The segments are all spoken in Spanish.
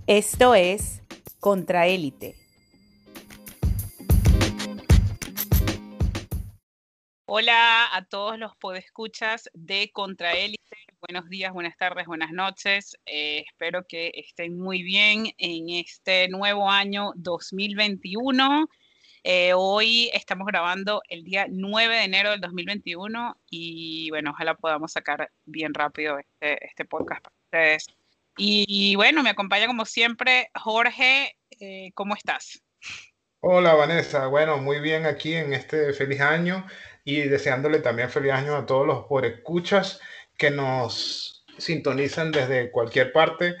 Esto es Contraélite. Hola a todos los podescuchas de Contraélite. Buenos días, buenas tardes, buenas noches. Espero que estén muy bien en este nuevo año 2021. Hoy estamos grabando el día 9 de enero del 2021 y bueno, ojalá podamos sacar bien rápido este podcast para ustedes. Y bueno, me acompaña como siempre Jorge. ¿Cómo estás? Hola Vanessa, bueno, muy bien aquí en este feliz año y deseándole también feliz año a todos los podescuchas que nos sintonizan desde cualquier parte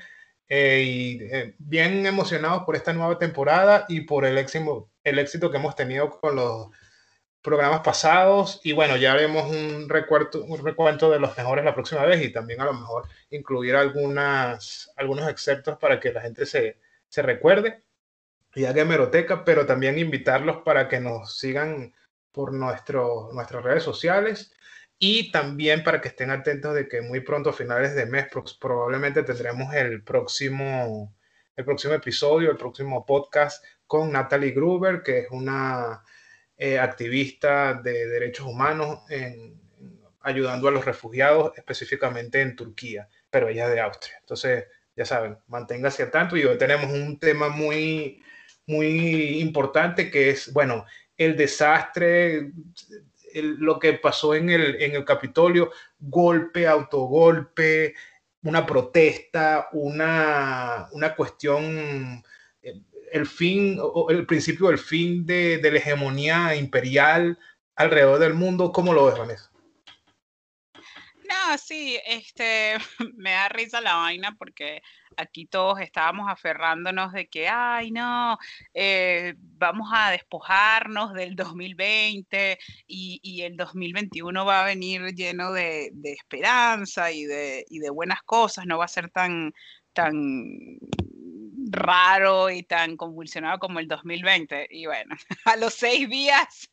bien emocionados por esta nueva temporada y por el éxito que hemos tenido con los programas pasados y bueno, ya haremos un recuento de los mejores la próxima vez y también a lo mejor incluir algunos excerptos para que la gente se recuerde y haga hemeroteca, pero también invitarlos para que nos sigan por nuestras redes sociales y también para que estén atentos de que muy pronto, a finales de mes, probablemente tendremos el próximo episodio, el próximo podcast con Natalie Gruber, que es una activista de derechos humanos ayudando a los refugiados, específicamente en Turquía, pero ella es de Austria. Entonces, ya saben, manténgase al tanto y hoy tenemos un tema muy importante que es, bueno, el desastre, lo que pasó en el Capitolio, golpe, autogolpe, una protesta, una cuestión, el fin, o el principio del fin de la hegemonía imperial alrededor del mundo. ¿Cómo lo ves, Vanessa? No, sí, me da risa la vaina porque aquí todos estábamos aferrándonos de que, ay, no, vamos a despojarnos del 2020 y el 2021 va a venir lleno de esperanza y de buenas cosas, no va a ser tan raro y tan convulsionado como el 2020. Y bueno, a los 6 días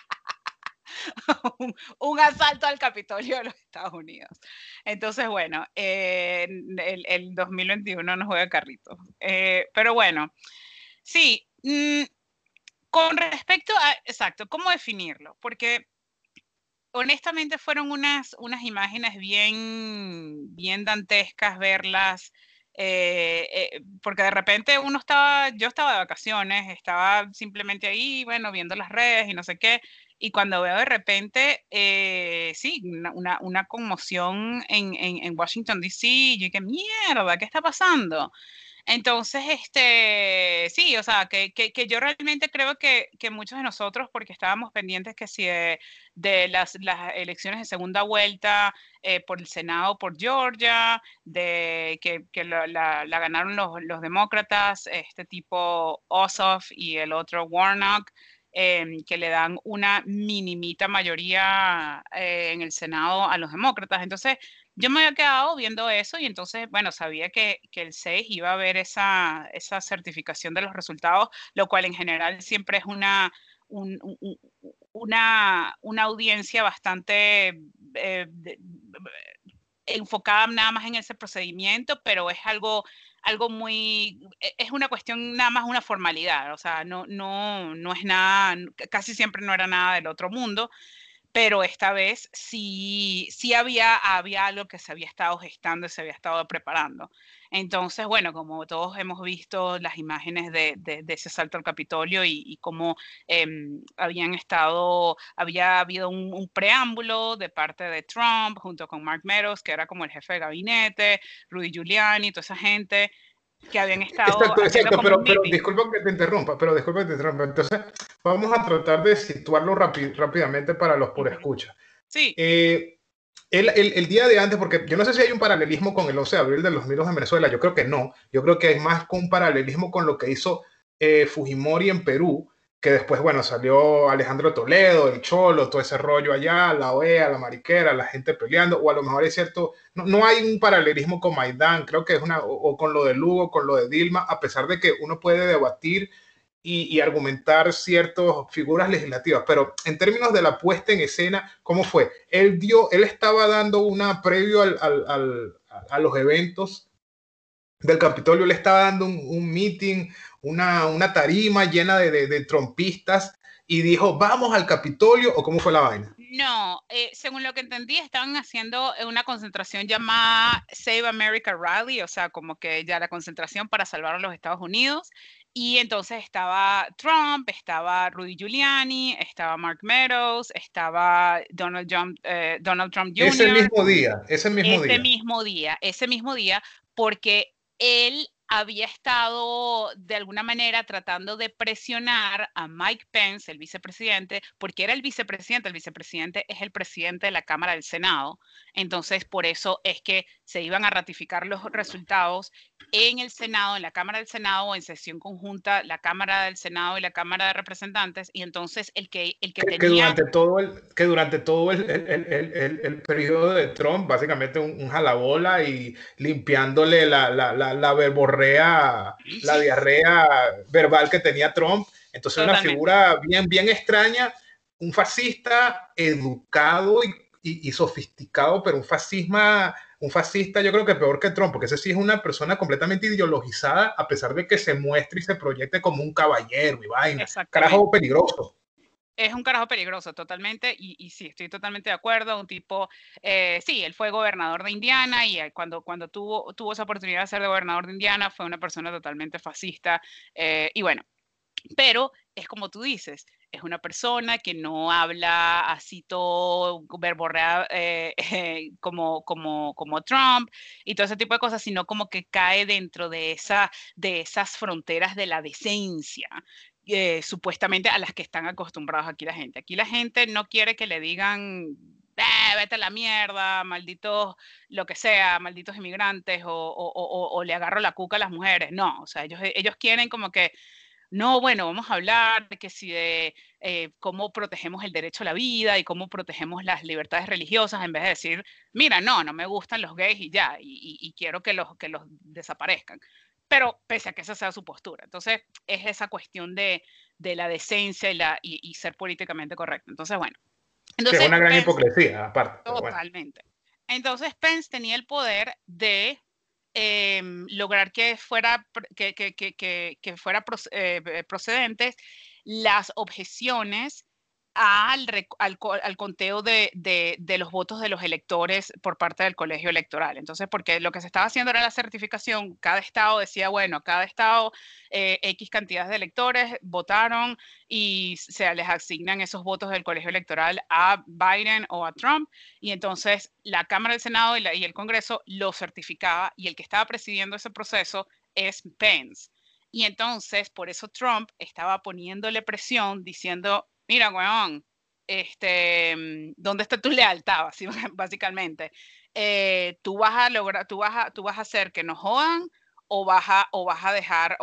un asalto al Capitolio de los Estados Unidos. Entonces, bueno, el 2021 nos juega carrito. Pero bueno, sí, con respecto a, exacto, ¿cómo definirlo? Porque honestamente fueron unas imágenes bien dantescas verlas, porque de repente yo estaba de vacaciones, estaba simplemente ahí, bueno, viendo las redes y no sé qué, y cuando veo de repente, sí, una conmoción en Washington, D.C., yo dije, mierda, ¿qué está pasando? Entonces, sí, o sea, que yo realmente creo que muchos de nosotros, porque estábamos pendientes que si de las elecciones de segunda vuelta por el Senado, por Georgia, de que la ganaron los demócratas, este tipo Ossoff y el otro Warnock, que le dan una minimita mayoría en el Senado a los demócratas. Entonces, yo me había quedado viendo eso y entonces, bueno, sabía que el 6 iba a haber esa certificación de los resultados, lo cual en general siempre es una audiencia bastante enfocada nada más en ese procedimiento, pero es algo es una cuestión nada más una formalidad, o sea, no es nada, casi siempre no era nada del otro mundo, pero esta vez sí había algo que se había estado gestando y se había estado preparando. Entonces, bueno, como todos hemos visto las imágenes de ese asalto al Capitolio y cómo había habido un preámbulo de parte de Trump junto con Mark Meadows, que era como el jefe de gabinete, Rudy Giuliani, toda esa gente que habían estado Exacto, haciendo exacto, como un pero meeting. disculpa que te interrumpa, Entonces, vamos a tratar de situarlo rápidamente para los por Ujú. escucha. Sí. El día de antes, porque yo no sé si hay un paralelismo con el 11 de abril de los miros en Venezuela, yo creo que no, yo creo que hay más con un paralelismo con lo que hizo Fujimori en Perú, que después, bueno, salió Alejandro Toledo, el Cholo, todo ese rollo allá, la OEA, la mariquera, la gente peleando, o a lo mejor es cierto, no hay un paralelismo con Maidán, creo que es o con lo de Lugo, con lo de Dilma, a pesar de que uno puede debatir y argumentar ciertas figuras legislativas, pero en términos de la puesta en escena, ¿cómo fue? Él estaba dando una previo a los eventos del Capitolio, le estaba dando un meeting, una tarima llena de trompistas y dijo, vamos al Capitolio, ¿o cómo fue la vaina? No, según lo que entendí, estaban haciendo una concentración llamada Save America Rally, o sea, como que ya la concentración para salvar a los Estados Unidos. Y entonces estaba Trump, estaba Rudy Giuliani, estaba Mark Meadows, estaba Donald Trump Ese Jr. mismo día, ese mismo día. Ese mismo día, porque él había estado de alguna manera tratando de presionar a Mike Pence, el vicepresidente, porque era el vicepresidente es el presidente de la Cámara del Senado, entonces por eso es que se iban a ratificar los resultados en el Senado, en la Cámara del Senado, en sesión conjunta, la Cámara del Senado y la Cámara de Representantes, y entonces el que Que tenía... durante todo el periodo de Trump, básicamente un jalabola y limpiándole la verborrea, la diarrea verbal que tenía Trump. Entonces una Totalmente. figura bien extraña, un fascista educado y sofisticado, pero un fascista yo creo que peor que Trump, porque ese sí es una persona completamente ideologizada, a pesar de que se muestre y se proyecte como un caballero y vaina. Carajo Exactamente. peligroso. Es un carajo peligroso, totalmente, y sí, estoy totalmente de acuerdo. Un tipo, sí, él fue gobernador de Indiana y cuando tuvo esa oportunidad de ser de gobernador de Indiana fue una persona totalmente fascista. Y bueno, pero es como tú dices, es una persona que no habla así todo verborrea como Trump y todo ese tipo de cosas, sino como que cae dentro de esas fronteras de la decencia. Supuestamente a las que están acostumbrados aquí la gente. Aquí la gente no quiere que le digan, vete a la mierda, malditos, lo que sea, malditos inmigrantes, o le agarro la cuca a las mujeres. No, o sea, ellos quieren como que, no, bueno, vamos a hablar de que si de cómo protegemos el derecho a la vida y cómo protegemos las libertades religiosas, en vez de decir, mira, no me gustan los gays y ya, y quiero que los desaparezcan. Pero pese a que esa sea su postura. Entonces, es esa cuestión de la decencia y ser políticamente correcto. Entonces, bueno. Que es Entonces, una gran Pence, hipocresía, aparte, pero bueno. totalmente. Entonces, Pence tenía el poder de lograr que fuera, que fuera procedentes las objeciones al conteo de los votos de los electores por parte del colegio electoral. Entonces, porque lo que se estaba haciendo era la certificación, cada estado decía, bueno, cada estado X cantidades de electores votaron y se les asignan esos votos del colegio electoral a Biden o a Trump, y entonces la Cámara del Senado y el Congreso lo certificaba, y el que estaba presidiendo ese proceso es Pence. Y entonces, por eso Trump estaba poniéndole presión diciendo, mira, weón, ¿dónde está tu lealtad? Básicamente. Tú vas a hacer que nos jodan, o vas a dejar,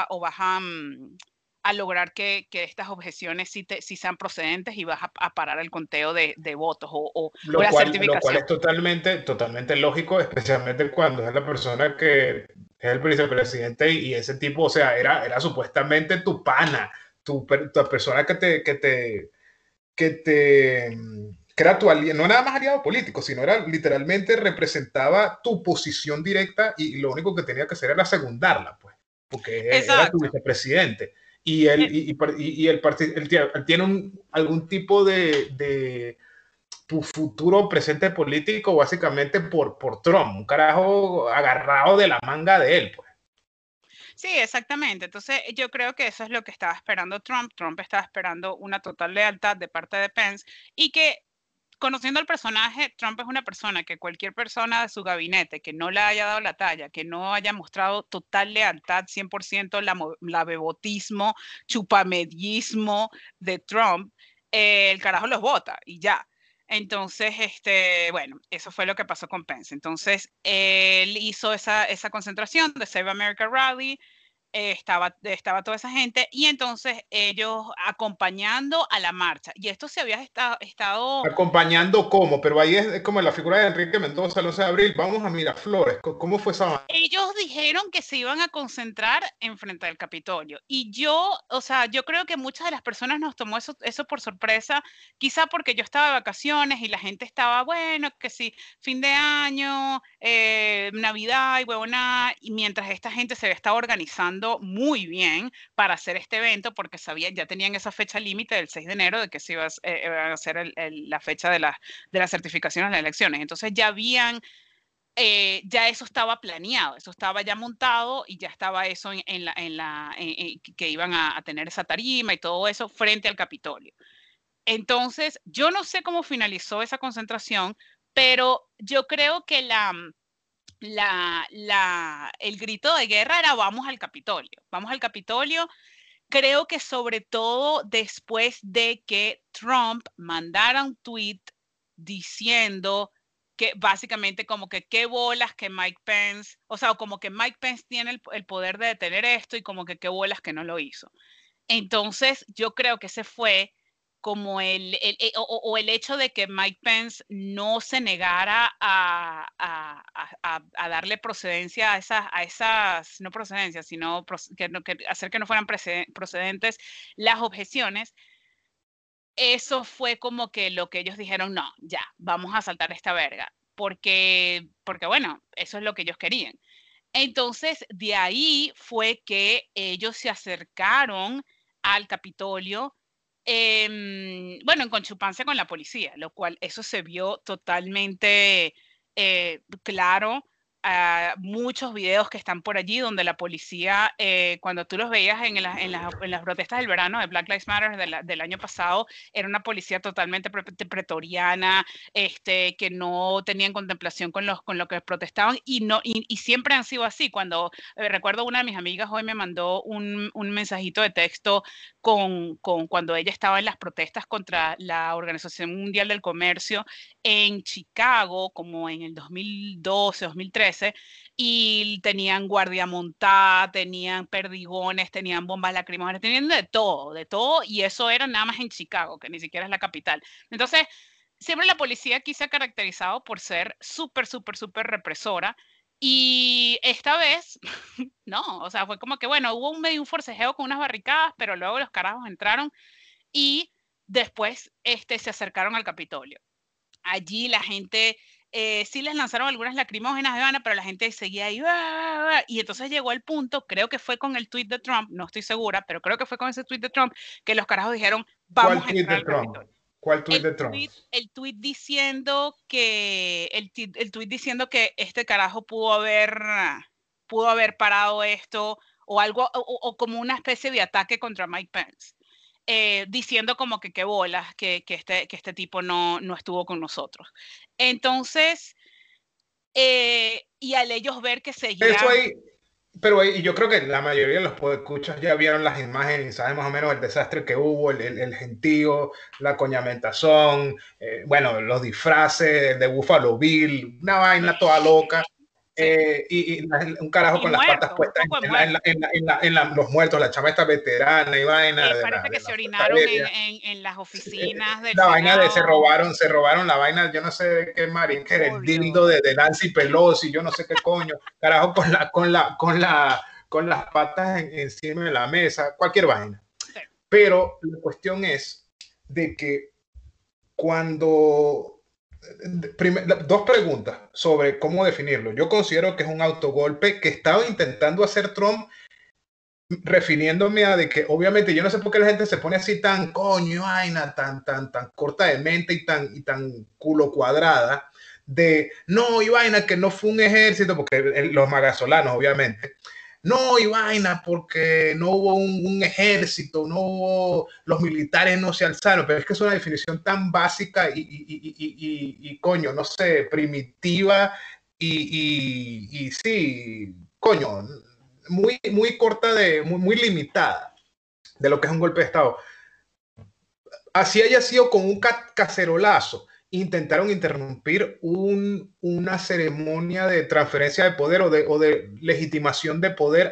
a lograr que estas objeciones sí sean procedentes, y vas a parar el conteo de votos o la Lo cual certificación. es totalmente lógico, especialmente cuando es la persona que es el vicepresidente y ese tipo, o sea, era supuestamente tu pana, tu persona que era tu aliado, no nada más aliado político, sino era literalmente representaba tu posición directa y lo único que tenía que hacer era secundarla, pues, porque era tu Exacto. vicepresidente. Y él, Eh, él tiene algún tipo de tu futuro presente político básicamente por Trump, un carajo agarrado de la manga de él, pues. Sí, exactamente. Entonces, yo creo que eso es lo que estaba esperando Trump. Trump estaba esperando una total lealtad de parte de Pence, y que, conociendo al personaje, Trump es una persona que cualquier persona de su gabinete que no le haya dado la talla, que no haya mostrado total lealtad, 100% la bebotismo, chupamedismo de Trump, el carajo los vota y ya. Entonces, bueno, eso fue lo que pasó con Pence. Entonces, él hizo esa concentración de Save America Rally, estaba toda esa gente y entonces ellos acompañando a la marcha. Y esto se había estado Acompañando cómo, pero ahí es como la figura de Enrique Mendoza, el 11 de abril, vamos a Miraflores. ¿Cómo fue esa? ellos dijeron que se iban a concentrar en frente al Capitolio. Y yo, o sea, yo creo que muchas de las personas nos tomó eso por sorpresa, quizá porque yo estaba de vacaciones y la gente estaba, bueno, que sí, fin de año, Navidad y huevona, y mientras esta gente se estaba organizando muy bien para hacer este evento, porque sabían, ya tenían esa fecha límite del 6 de enero de que se iba a hacer la fecha de las certificaciones de las elecciones. Entonces ya habían ya eso estaba planeado, eso estaba ya montado y ya estaba eso que iban a tener esa tarima y todo eso frente al Capitolio. Entonces, yo no sé cómo finalizó esa concentración, pero yo creo que el grito de guerra era vamos al Capitolio, vamos al Capitolio. Creo que sobre todo después de que Trump mandara un tweet diciendo que básicamente como que qué bolas que Mike Pence, o sea, como que Mike Pence tiene el poder de detener esto y como que qué bolas que no lo hizo. Entonces, yo creo que ese fue como el hecho de que Mike Pence no se negara a darle procedencia a esas, no procedencias, sino que hacer que no fueran procedentes las objeciones. Eso fue como que lo que ellos dijeron, no, ya, vamos a saltar esta verga, porque bueno, eso es lo que ellos querían. Entonces, de ahí fue que ellos se acercaron al Capitolio, bueno, en conchupancia con la policía, lo cual eso se vio totalmente claro. Muchos videos que están por allí donde la policía, cuando tú los veías en las protestas del verano de Black Lives Matter del año pasado, era una policía totalmente pretoriana, que no tenían contemplación con lo que protestaban y siempre han sido así. Cuando recuerdo una de mis amigas hoy me mandó un mensajito de texto cuando ella estaba en las protestas contra la Organización Mundial del Comercio en Chicago, como en el 2012, 2013, y tenían guardia montada, tenían perdigones, tenían bombas lacrimógenas, tenían de todo, y eso era nada más en Chicago, que ni siquiera es la capital. Entonces, siempre la policía aquí se ha caracterizado por ser súper, súper, súper represora. Y esta vez, no, o sea, fue como que, bueno, hubo un forcejeo con unas barricadas, pero luego los carajos entraron y después se acercaron al Capitolio. Allí la gente, sí les lanzaron algunas lacrimógenas de Habana, pero la gente seguía ahí, y entonces llegó el punto, creo que fue con el tweet de Trump, no estoy segura, pero creo que fue con ese tweet de Trump, que los carajos dijeron, ¿Cuál vamos a tweet entrar de al Trump? Capitolio. ¿Cuál tweet de Trump? El tweet diciendo que el tweet diciendo que este carajo pudo haber parado esto o algo o como una especie de ataque contra Mike Pence, diciendo como que qué bolas que este tipo no estuvo con nosotros. Entonces, y al ellos ver que Eso seguía. ahí, pero ahí, yo creo que la mayoría de los podescuchas ya vieron las imágenes y saben más o menos el desastre que hubo, el gentío, la coñamentazón, bueno, los disfraces de Buffalo Bill, una vaina toda loca. Sí. Un carajo Y con las patas muertos, un puestas poco de muertos. los muertos, la chama esta veterana y vaina de Parece que de se la Fuerza orinaron Aérea. en las oficinas del La vaina de Senado. se robaron la vaina, yo no sé de qué marín, que era el Oh, dildo Dios. de Nancy Pelosi, yo no sé qué coño, carajo, con las patas encima de la mesa, cualquier vaina. Sí. Pero la cuestión es de que cuando dos preguntas sobre cómo definirlo. Yo considero que es un autogolpe que estaba intentando hacer Trump, refiriéndome a de que obviamente yo no sé por qué la gente se pone así tan coño, vaina, tan corta de mente y tan culo cuadrada de no, y vaina que no fue un ejército, porque los magasolanos obviamente, no, y vaina porque no hubo un ejército, no hubo, los militares no se alzaron, pero es que es una definición tan básica y coño, no sé, primitiva y sí, coño, muy corta, muy limitada de lo que es un golpe de Estado. Así haya sido con un cacerolazo intentaron interrumpir una ceremonia de transferencia de poder o de legitimación de poder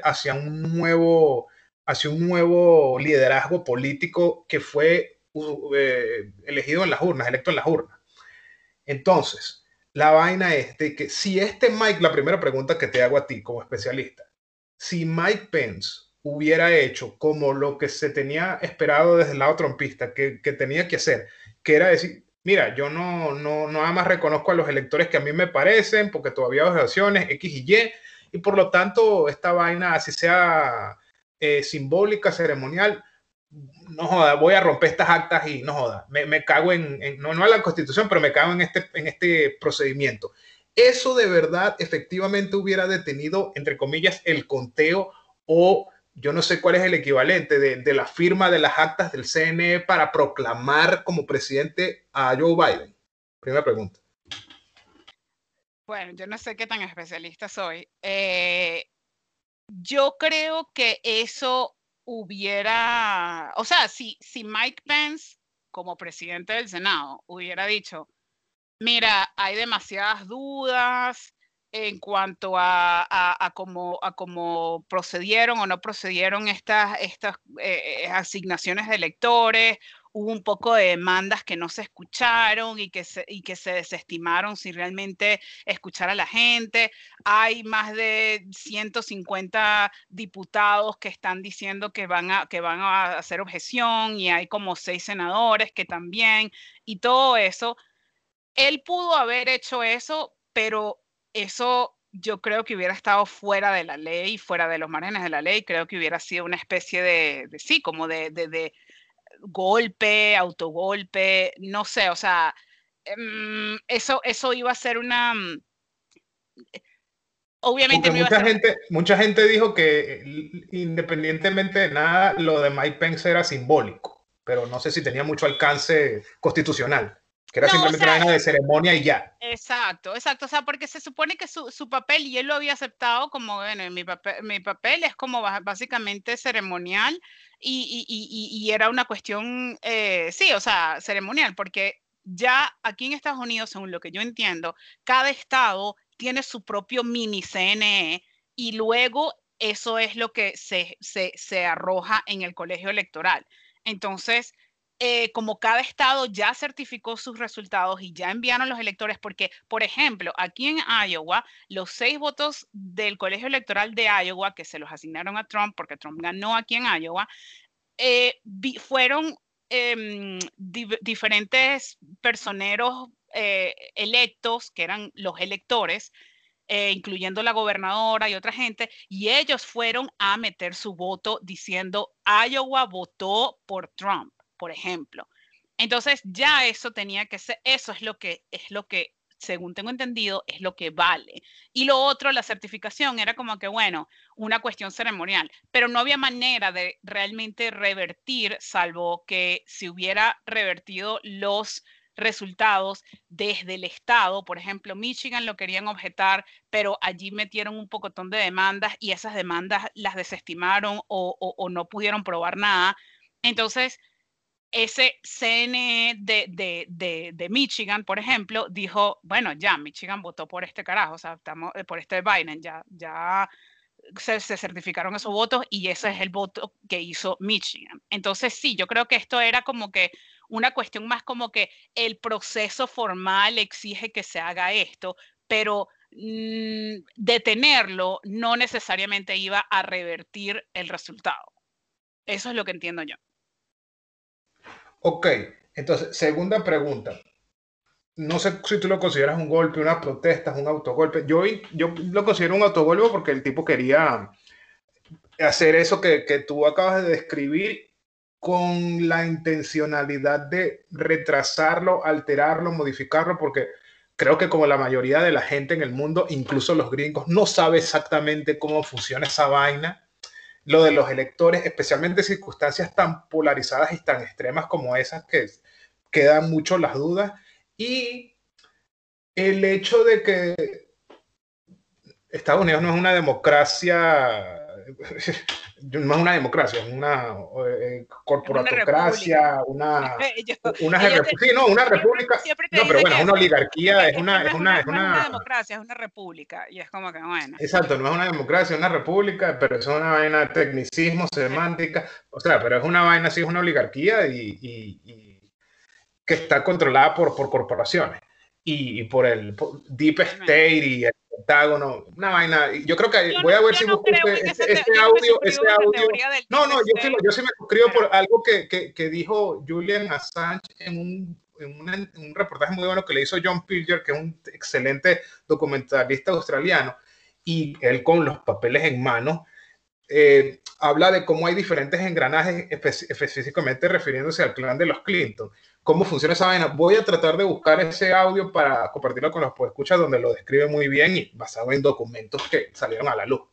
hacia un nuevo liderazgo político que fue elegido en las urnas, electo en las urnas. Entonces, la vaina es de que si Mike, la primera pregunta que te hago a ti como especialista, si Mike Pence hubiera hecho como lo que se tenía esperado desde el lado trumpista, que tenía que hacer, que era decir, mira, yo no nada más reconozco a los electores que a mí me parecen, porque todavía hay objeciones X y Y, y por lo tanto esta vaina, así sea simbólica, ceremonial, no joda, voy a romper estas actas y no joda, me cago no en la Constitución, pero me cago en este procedimiento. Eso de verdad efectivamente hubiera detenido, entre comillas, el conteo, o yo no sé cuál es el equivalente de la firma de las actas del CNE para proclamar como presidente a Joe Biden. Primera pregunta. Bueno, yo no sé qué tan especialista soy. Yo creo que eso hubiera, o sea, si Mike Pence, como presidente del Senado, hubiera dicho, mira, hay demasiadas dudas en cuanto a cómo procedieron o no procedieron estas asignaciones de electores. Hubo un poco de demandas que no se escucharon y que se desestimaron sin realmente escuchar a la gente. Hay más de 150 diputados que están diciendo que van a hacer objeción, y hay como 6 senadores que también, y todo eso. Él pudo haber hecho eso, pero eso yo creo que hubiera estado fuera de la ley, fuera de los márgenes de la ley. Creo que hubiera sido una especie sí, como de golpe, autogolpe, no sé, o sea, eso iba a ser una, obviamente Porque no iba a ser una. mucha gente dijo que independientemente de nada, lo de Mike Pence era simbólico, pero no sé si tenía mucho alcance constitucional, que era No, o simplemente sea, una vaina de ceremonia y ya. exacto, exacto. O sea, porque se supone que su papel, y él lo había aceptado como, bueno, mi papel es como básicamente ceremonial, y era una cuestión, sí, o sea, ceremonial, porque ya aquí en Estados Unidos, según lo que yo entiendo, cada estado tiene su propio mini CNE, y luego eso es lo que se arroja en el colegio electoral. Entonces, como cada estado ya certificó sus resultados y ya enviaron los electores, porque, por ejemplo, aquí en Iowa, los 6 votos del colegio electoral de Iowa, que se los asignaron a Trump, porque Trump ganó aquí en Iowa, fueron diferentes personeros electos, que eran los electores, incluyendo la gobernadora y otra gente, y ellos fueron a meter su voto diciendo Iowa votó por Trump, por ejemplo. Entonces ya eso tenía que ser, eso es lo que, según tengo entendido, es lo que vale. Y lo otro, la certificación, era como que, bueno, una cuestión ceremonial, pero no había manera de realmente revertir, salvo que se hubiera revertido los resultados desde el estado. Por ejemplo, Michigan lo querían objetar, pero allí metieron un pocotón de demandas y esas demandas las desestimaron, o no pudieron probar nada. Entonces, ese CNE de Michigan, por ejemplo, dijo, bueno, ya, Michigan votó por este carajo, o sea, estamos por este Biden, ya se certificaron esos votos, y ese es el voto que hizo Michigan. Entonces, sí, yo creo que esto era como que una cuestión más como que el proceso formal exige que se haga esto, pero detenerlo no necesariamente iba a revertir el resultado. Eso es lo que entiendo yo. Ok, entonces, segunda pregunta. No sé si tú lo consideras un golpe, una protesta, un autogolpe. Yo lo considero un autogolpe porque el tipo quería hacer eso que tú acabas de describir con la intencionalidad de retrasarlo, alterarlo, modificarlo, porque creo que como la mayoría de la gente en el mundo, incluso los gringos, no sabe exactamente cómo funciona esa vaina. Lo de los electores, especialmente en circunstancias tan polarizadas y tan extremas como esas, que quedan mucho las dudas. Y el hecho de que Estados Unidos no es una democracia no es una democracia, es una Es una corporatocracia, república. sí, no, una Siempre, república, siempre te no, pero dicen bueno, es una eso. oligarquía, es una, No es es una, es no es una una, democracia, es una república. Y es como que, bueno. exacto, no es una democracia, es una república, pero es una vaina de tecnicismo, semántica, o sea, pero es una vaina, sí, es una oligarquía y que está controlada por corporaciones y por el Deep Totalmente. State y el Pentágono, una vaina. Yo creo que voy a ver Yo si no busco creo en este yo no me audio, ese suscribo a esa audio. teoría del No, deep no, state, yo sí me suscribo pero por algo que dijo Julian Assange en un reportaje muy bueno que le hizo John Pilger, que es un excelente documentalista australiano, y él con los papeles en mano habla de cómo hay diferentes engranajes, específicamente refiriéndose al clan de los Clinton. ¿Cómo funciona esa vaina? Voy a tratar de buscar ese audio para compartirlo con los podescuchas, donde lo describe muy bien y basado en documentos que salieron a la luz.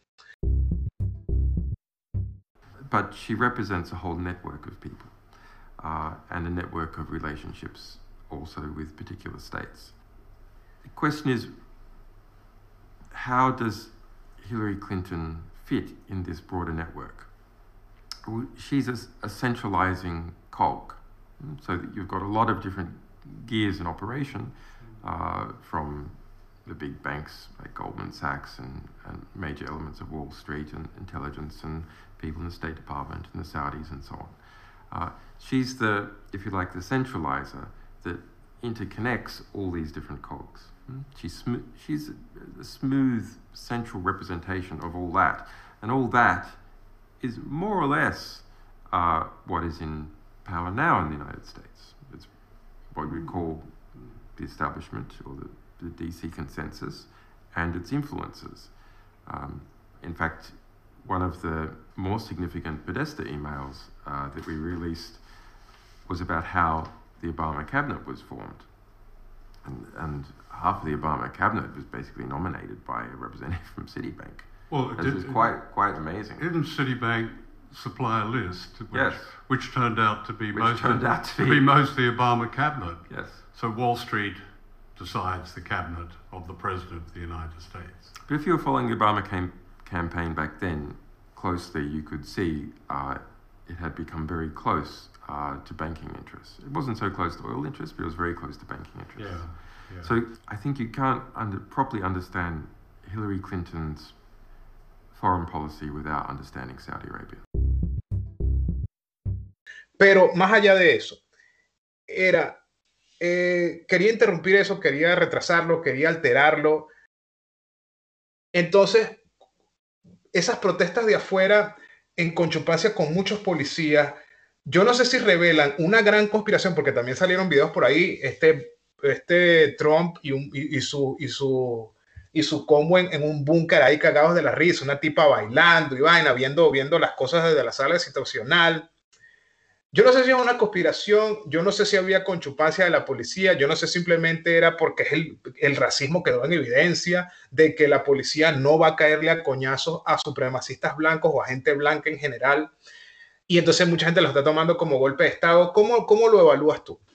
But she represents a whole network of people and a network of relationships also with particular states. The question is, how does Hillary Clinton fit in this broader network? She's a centralizing cog, so that you've got a lot of different gears in operation, from the big banks like Goldman Sachs and major elements of Wall Street and intelligence and people in the State Department and the Saudis and so on. She's the, if you like, the centralizer that interconnects all these different cogs. She's a smooth central representation of all that, and all that is more or less what is in power now in the United States. It's what we call the establishment or the DC consensus and its influences. In fact, one of the more significant Podesta emails that we released was about how the Obama cabinet was formed. And half of the Obama cabinet was basically nominated by a representative from Citibank. Well, it was quite amazing. Didn't Citibank supply a list which turned out to be mostly the Obama cabinet? Yes. So Wall Street decides the cabinet of the President of the United States. But if you were following the Obama campaign back then closely, you could see it had become very close to banking interests. It wasn't so close to oil interests, but it was very close to banking interests. Yeah. So I think you can't properly understand Hillary Clinton's foreign policy without understanding Saudi Arabia. Pero más allá de eso, quería interrumpir eso, quería retrasarlo, quería alterarlo. Entonces, esas protestas de afuera, en conchupancia con muchos policías, yo no sé si revelan una gran conspiración, porque también salieron videos por ahí, Trump y su combo en un búnker ahí cagados de la risa, una tipa bailando y vaina, viendo las cosas desde la sala situacional. Yo no sé si es una conspiración, yo no sé si había conchupancia de la policía, yo no sé, simplemente era porque el racismo quedó en evidencia de que la policía no va a caerle a coñazos a supremacistas blancos o a gente blanca en general. Y entonces mucha gente lo está tomando como golpe de Estado. ¿Cómo lo evalúas tú?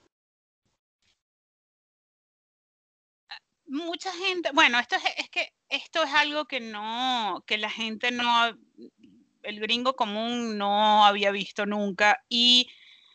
Mucha gente, bueno, esto es algo que la gente no, el gringo común no había visto nunca, y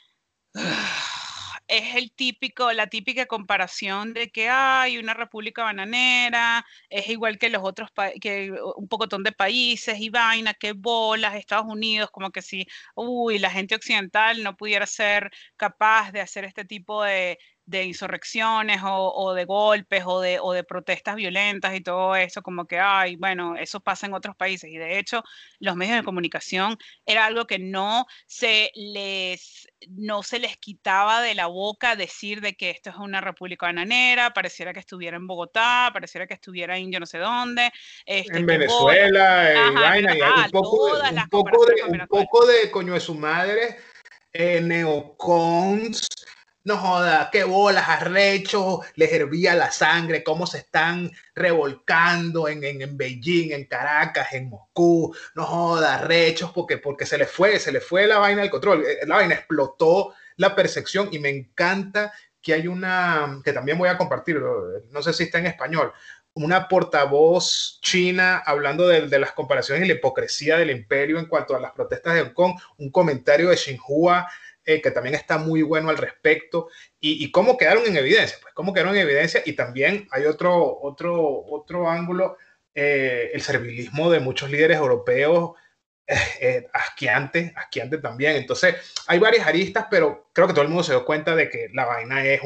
es la típica comparación de que hay una república bananera, es igual que los otros, que un pocotón de países y vaina, que bolas, Estados Unidos, como que si, la gente occidental no pudiera ser capaz de hacer este tipo de insurrecciones o de golpes o de protestas violentas y todo eso, como que, bueno, eso pasa en otros países. Y de hecho, los medios de comunicación era algo que no se les quitaba de la boca decir de que esto es una república bananera, pareciera que estuviera en Bogotá, pareciera que estuviera en yo no sé dónde. En Venezuela, vaina, y un poco de coño de su madre, neocons. No joda, qué bolas, arrecho, les hervía la sangre, cómo se están revolcando en Beijing, en Caracas, en Moscú. No joda, arrechos, porque se le fue la vaina del control. La vaina explotó la percepción, y me encanta que hay una, que también voy a compartir, no sé si está en español, una portavoz china hablando de las comparaciones y la hipocresía del imperio en cuanto a las protestas de Hong Kong, un comentario de Xinhua que también está muy bueno al respecto, y cómo quedaron en evidencia, pues cómo quedaron en evidencia. Y también hay otro ángulo, el servilismo de muchos líderes europeos, asqueante también. Entonces hay varias aristas, pero creo que todo el mundo se dio cuenta de que la vaina es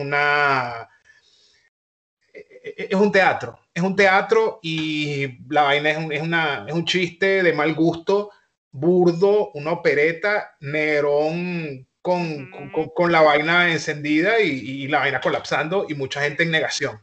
un teatro, y la vaina es un chiste de mal gusto, burdo, una opereta, Nerón con la vaina encendida y la vaina colapsando y mucha gente en negación.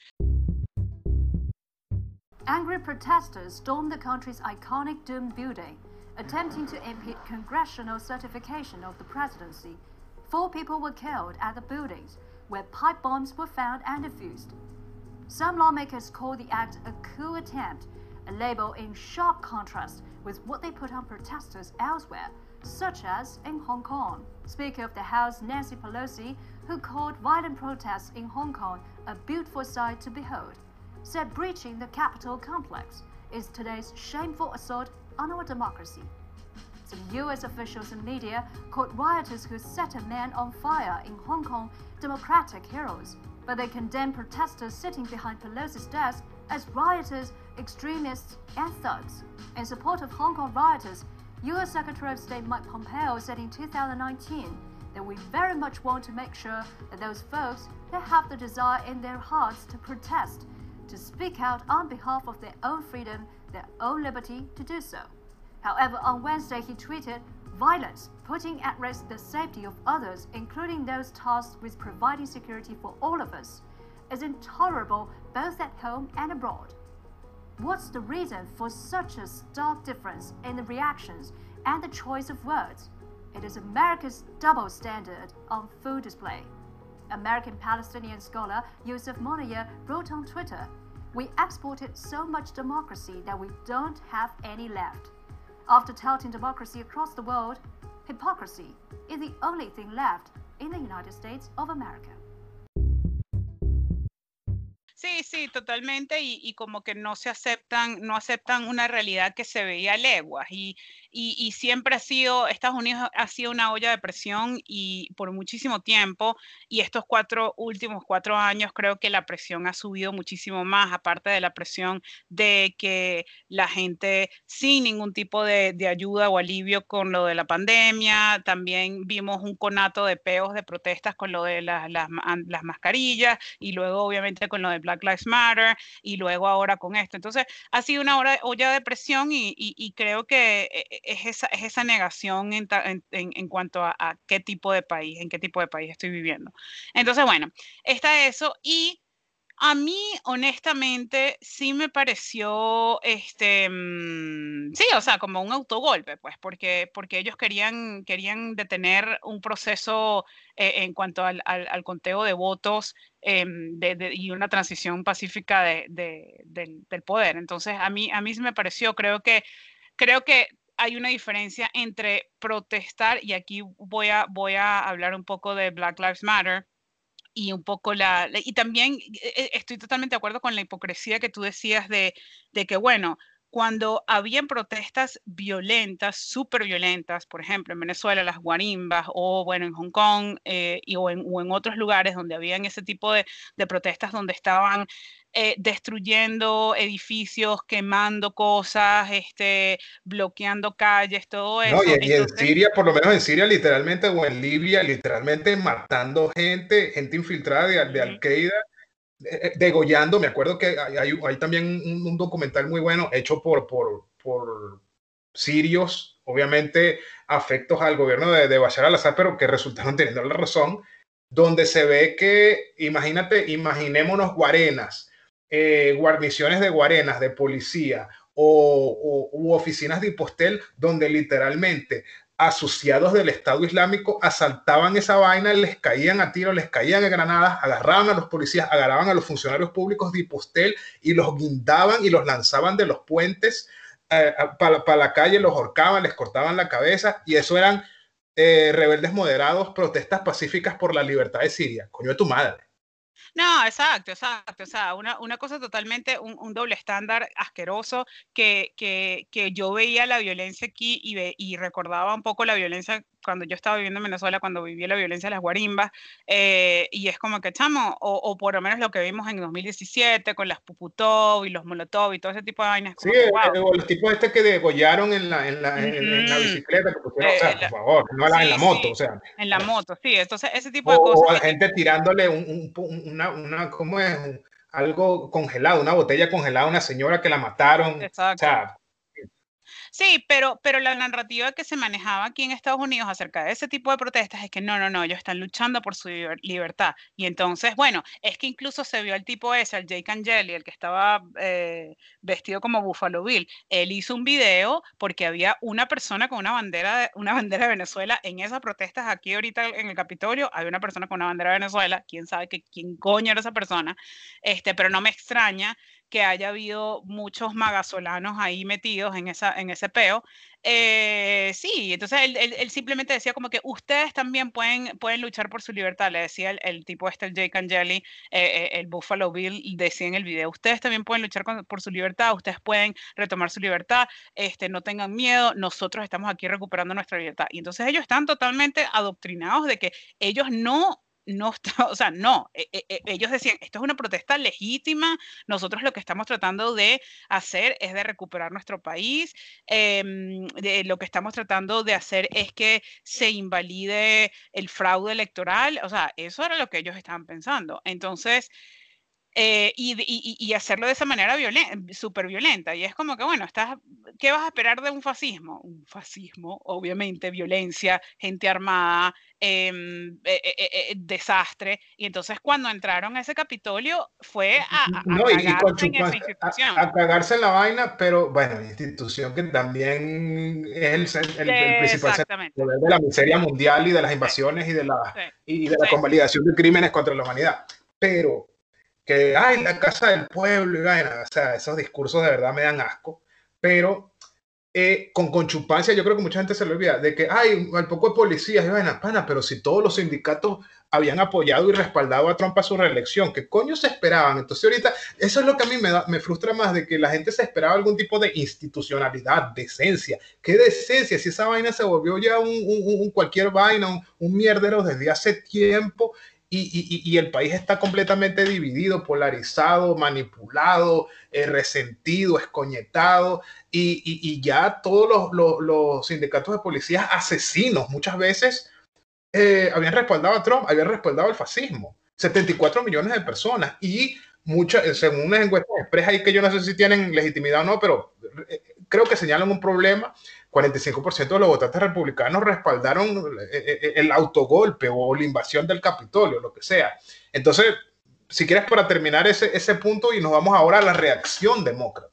Angry protesters stormed the country's iconic Dome building, attempting to impede congressional certification of the presidency. 4 people were killed at the buildings, where pipe bombs were found and defused. Some lawmakers call the act a coup attempt, a label in sharp contrast with what they put on protesters elsewhere, such as in Hong Kong. Speaker of the House Nancy Pelosi, who called violent protests in Hong Kong a beautiful sight to behold, said breaching the Capitol complex is today's shameful assault on our democracy. Some US officials and media called rioters who set a man on fire in Hong Kong democratic heroes, but they condemned protesters sitting behind Pelosi's desk as rioters, extremists, and thugs. In support of Hong Kong rioters, US Secretary of State Mike Pompeo said in 2019 that we very much want to make sure that those folks that have the desire in their hearts to protest, to speak out on behalf of their own freedom, their own liberty to do so. However, on Wednesday he tweeted, "Violence, putting at risk the safety of others, including those tasked with providing security for all of us, is intolerable both at home and abroad." What's the reason for such a stark difference in the reactions and the choice of words? It is America's double standard on full display. American Palestinian scholar Yusuf Monaya wrote on Twitter, "We exported so much democracy that we don't have any left." After touting democracy across the world, hypocrisy is the only thing left in the United States of America. Sí, totalmente, y como que no aceptan una realidad que se veía a leguas, y siempre Estados Unidos ha sido una olla de presión, y por muchísimo tiempo, y estos últimos 4 años creo que la presión ha subido muchísimo más, aparte de la presión de que la gente sin ningún tipo de ayuda o alivio con lo de la pandemia. También vimos un conato de peos de protestas con lo de las mascarillas, y luego obviamente con lo de Black Lives Matter, y luego ahora con esto. Entonces ha sido una olla de presión, y creo que es esa negación en cuanto a qué tipo de país, en qué tipo de país estoy viviendo. Entonces, bueno, está eso, y a mí, honestamente, sí me pareció, sí, o sea, como un autogolpe, pues, porque ellos querían detener un proceso en cuanto al conteo de votos, y una transición pacífica del poder. Entonces, a mí sí me pareció, creo que hay una diferencia entre protestar, y aquí voy a hablar un poco de Black Lives Matter, y un poco y también estoy totalmente de acuerdo con la hipocresía que tú decías de que, bueno, cuando habían protestas violentas, súper violentas, por ejemplo, en Venezuela, las guarimbas, o bueno, en Hong Kong, o en otros lugares donde habían ese tipo de protestas donde estaban destruyendo edificios, quemando cosas, bloqueando calles, todo eso. No, y en Siria, por lo menos en Siria literalmente, o en Libia, literalmente matando gente infiltrada de Al-Qaeda, degollando. Me acuerdo que hay también un documental muy bueno hecho por sirios, obviamente afectos al gobierno de Bashar al-Assad, pero que resultaron teniendo la razón, donde se ve que, imaginémonos guarenas, guarniciones de guarenas, de policía, u oficinas de Hipostel, donde literalmente asociados del Estado Islámico asaltaban esa vaina, les caían a tiros, les caían a granadas, agarraban a los policías, agarraban a los funcionarios públicos de Hipostel y los guindaban y los lanzaban de los puentes para la calle, los ahorcaban, les cortaban la cabeza, y eso eran rebeldes moderados, protestas pacíficas por la libertad de Siria. Coño de tu madre. No, exacto, exacto. O sea, una cosa totalmente, un doble estándar asqueroso que yo veía la violencia aquí y recordaba un poco la violencia cuando yo estaba viviendo en Venezuela, cuando viví la violencia de las guarimbas, y es como que, chamo, o por lo menos lo que vimos en 2017 con las Puputov y los Molotov y todo ese tipo de vainas, Sí, como que, wow. o los tipos que degollaron en la bicicleta, que pusieron, o sea, por favor, no en la moto, sí, o sea. en la moto, sí. Entonces, ese tipo de cosas. O la gente tirándole ¿cómo es? Algo congelado, una botella congelada a una señora que la mataron. Exacto. O sea, sí, pero la narrativa que se manejaba aquí en Estados Unidos acerca de ese tipo de protestas es que no, ellos están luchando por su libertad. Y entonces, bueno, es que incluso se vio al tipo ese, al Jake Angeli, el que estaba vestido como Buffalo Bill. Él hizo un video porque había una persona con una bandera de Venezuela en esas protestas aquí ahorita en el Capitolio. Había una persona con una bandera de Venezuela. Quién sabe quién coño era esa persona. Pero no me extraña que haya habido muchos magasolanos ahí metidos en ese peo. Sí, entonces él simplemente decía como que ustedes también pueden luchar por su libertad, le decía el tipo el Jake Angeli, el Buffalo Bill, decía en el video, ustedes también pueden luchar por su libertad, ustedes pueden retomar su libertad, no tengan miedo, nosotros estamos aquí recuperando nuestra libertad. Y entonces ellos están totalmente adoctrinados de que ellos no, o sea, no, ellos decían, esto es una protesta legítima, nosotros lo que estamos tratando de hacer es de recuperar nuestro país, lo que estamos tratando de hacer es que se invalide el fraude electoral, o sea, eso era lo que ellos estaban pensando. Entonces, y hacerlo de esa manera súper violenta. Y es como que, bueno, ¿qué vas a esperar de un fascismo? Un fascismo, obviamente, violencia, gente armada, desastre. Y entonces cuando entraron a ese Capitolio fue a cagarse en esa institución. A cagarse en la vaina, pero bueno, institución que también es el principal centro de la miseria mundial y de las invasiones y de la convalidación de crímenes contra la humanidad. Pero que, ay, la casa del pueblo y vaina, o sea, esos discursos de verdad me dan asco, pero con chupancia yo creo que mucha gente se le olvida de que, ay, al poco de policías y vaina, pana, pero si todos los sindicatos habían apoyado y respaldado a Trump a su reelección, ¿qué coño se esperaban? Entonces ahorita, eso es lo que a mí me frustra más, de que la gente se esperaba algún tipo de institucionalidad, decencia. ¿Qué decencia? Si esa vaina se volvió ya un cualquier vaina, un mierdero desde hace tiempo, y el país está completamente dividido, polarizado, manipulado, resentido, escoñetado, y ya todos los sindicatos de policías asesinos muchas veces habían respaldado a Trump, habían respaldado el fascismo. 74 millones de personas y según unas encuestas expresas ahí que yo no sé si tienen legitimidad o no, pero creo que señalan un problema. 45% de los votantes republicanos respaldaron el autogolpe o la invasión del Capitolio, lo que sea. Entonces, si quieres, para terminar ese punto, y nos vamos ahora a la reacción demócrata.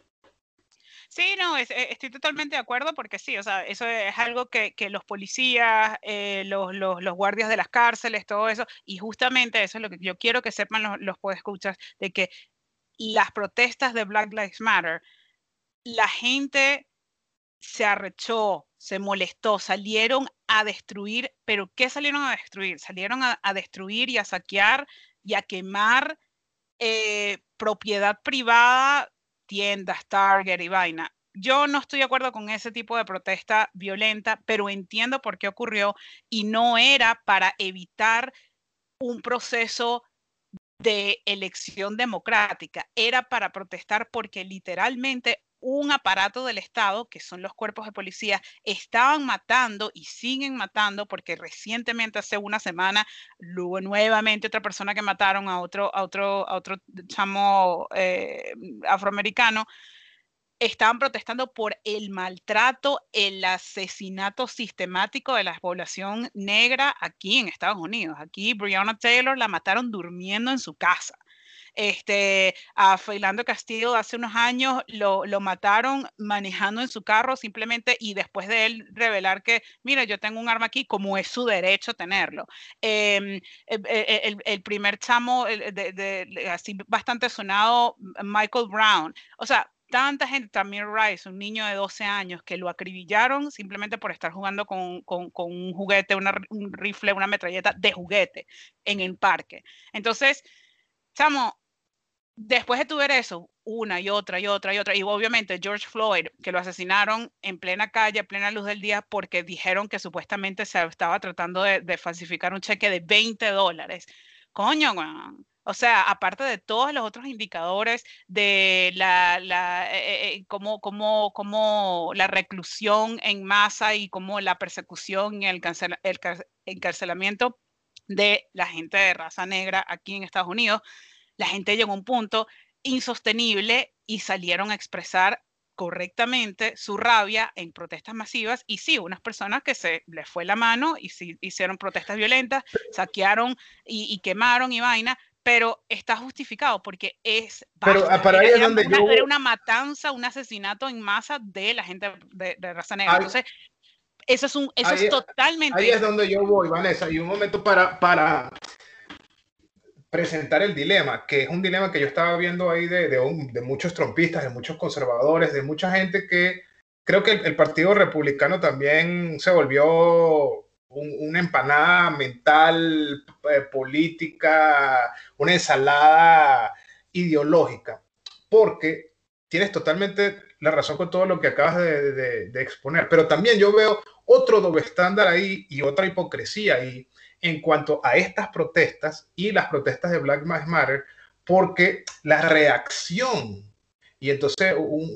Sí, no, estoy totalmente de acuerdo porque sí, o sea, eso es algo que los policías, los guardias de las cárceles, todo eso, y justamente eso es lo que yo quiero que sepan los podescuchas, de que las protestas de Black Lives Matter, la gente se arrechó, se molestó, salieron a destruir, pero ¿qué salieron a destruir? Salieron a destruir y a saquear y a quemar propiedad privada, tiendas, Target y vaina. Yo no estoy de acuerdo con ese tipo de protesta violenta, pero entiendo por qué ocurrió y no era para evitar un proceso de elección democrática, era para protestar porque literalmente un aparato del Estado, que son los cuerpos de policía, estaban matando y siguen matando, porque recientemente, hace una semana, hubo nuevamente otra persona que mataron a otro chamo afroamericano. Estaban protestando por el maltrato, el asesinato sistemático de la población negra aquí en Estados Unidos. Aquí Breonna Taylor la mataron durmiendo en su casa. A Philando Castillo hace unos años lo mataron manejando en su carro simplemente, y después de él revelar que, mira, yo tengo un arma aquí, como es su derecho tenerlo. El primer chamo, así bastante sonado, Michael Brown. O sea, tanta gente, Tamir Rice, un niño de 12 años, que lo acribillaron simplemente por estar jugando con un juguete, un rifle, una metralleta de juguete en el parque. Entonces, chamo, después de tu ver eso, una y otra, y obviamente George Floyd, que lo asesinaron en plena calle, a plena luz del día, porque dijeron que supuestamente se estaba tratando de falsificar un cheque de $20. Coño, man. O sea, aparte de todos los otros indicadores de cómo la reclusión en masa y cómo la persecución y el encarcelamiento de la gente de raza negra aquí en Estados Unidos, la gente llegó a un punto insostenible y salieron a expresar correctamente su rabia en protestas masivas. Y sí, unas personas que se les fue la mano y sí, hicieron protestas violentas, saquearon y quemaron y vaina, pero está justificado porque era una matanza, un asesinato en masa de la gente de raza negra. Entonces, eso es totalmente... Ahí es donde yo voy, Vanessa, y un momento para presentar el dilema, que es un dilema que yo estaba viendo ahí de muchos trumpistas, de muchos conservadores, de mucha gente que creo que el Partido Republicano también se volvió una empanada mental, política, una ensalada ideológica, porque tienes totalmente la razón con todo lo que acabas de exponer, pero también yo veo otro doble estándar ahí y otra hipocresía ahí en cuanto a estas protestas y las protestas de Black Lives Matter, porque la reacción, y entonces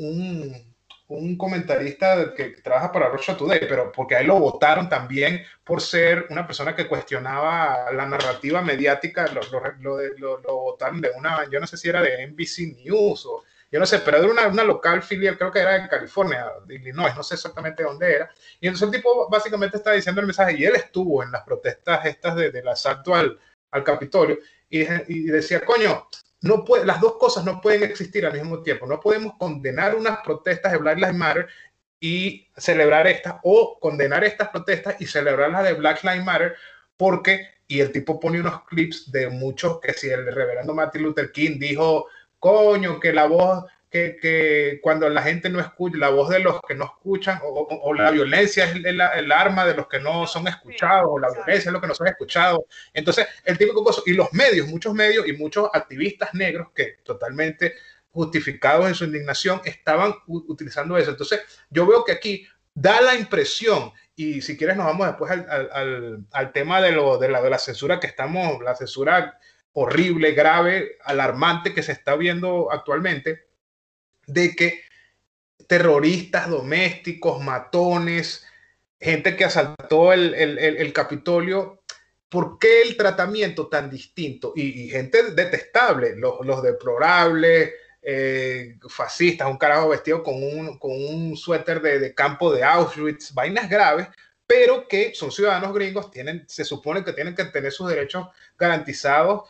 un comentarista que trabaja para Russia Today, pero porque a él lo votaron también por ser una persona que cuestionaba la narrativa mediática, lo votaron de yo no sé si era de NBC News o yo no sé, pero era una local filial, creo que era de California, de Illinois, no sé exactamente dónde era. Y entonces el tipo básicamente está diciendo el mensaje, y él estuvo en las protestas estas del asalto al Capitolio, y decía, coño, no puede, las dos cosas no pueden existir al mismo tiempo. No podemos condenar unas protestas de Black Lives Matter y celebrar estas, o condenar estas protestas y celebrar las de Black Lives Matter, porque, y el tipo pone unos clips de muchos, que si el reverendo Martin Luther King dijo, coño, que la voz, que cuando la gente no escucha, la voz de los que no escuchan, o la violencia es el arma de los que no son escuchados, o la violencia es lo que no son escuchados. Entonces, el típico cosa, y los medios, muchos medios y muchos activistas negros que totalmente justificados en su indignación estaban utilizando eso. Entonces, yo veo que aquí da la impresión, y si quieres nos vamos después al tema de la censura que estamos, la censura horrible, grave, alarmante que se está viendo actualmente, de que terroristas domésticos, matones, gente que asaltó el Capitolio, ¿por qué el tratamiento tan distinto? Y gente detestable, los deplorables, fascistas, un carajo vestido con un suéter de campo de Auschwitz, vainas graves, pero que son ciudadanos gringos, se supone que tienen que tener sus derechos garantizados.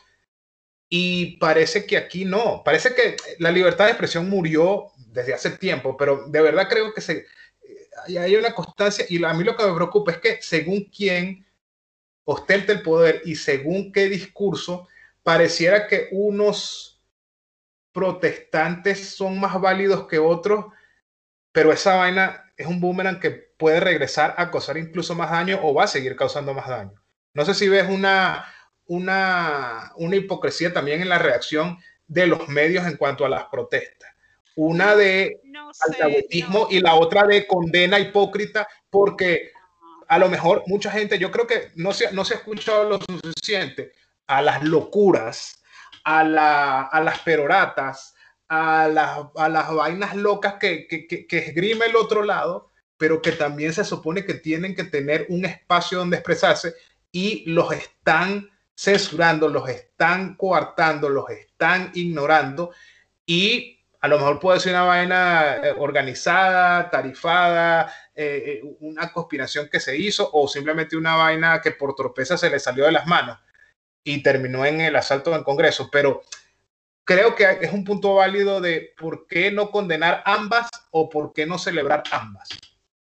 Y parece que aquí no, parece que la libertad de expresión murió desde hace tiempo, pero de verdad creo que hay una constancia, y a mí lo que me preocupa es que según quién ostente el poder y según qué discurso, pareciera que unos protestantes son más válidos que otros, pero esa vaina es un boomerang que puede regresar a causar incluso más daño o va a seguir causando más daño. No sé si ves una hipocresía también en la reacción de los medios en cuanto a las protestas. Una de alcahuetismo y la otra de condena hipócrita, porque a lo mejor mucha gente, yo creo que no se ha escuchado lo suficiente a las locuras, a las peroratas, a las vainas locas que esgrime el otro lado, pero que también se supone que tienen que tener un espacio donde expresarse, y los están censurando, los están coartando, los están ignorando, y a lo mejor puede ser una vaina organizada, tarifada, una conspiración que se hizo, o simplemente una vaina que por torpeza se le salió de las manos y terminó en el asalto del Congreso. Pero creo que es un punto válido de por qué no condenar ambas o por qué no celebrar ambas.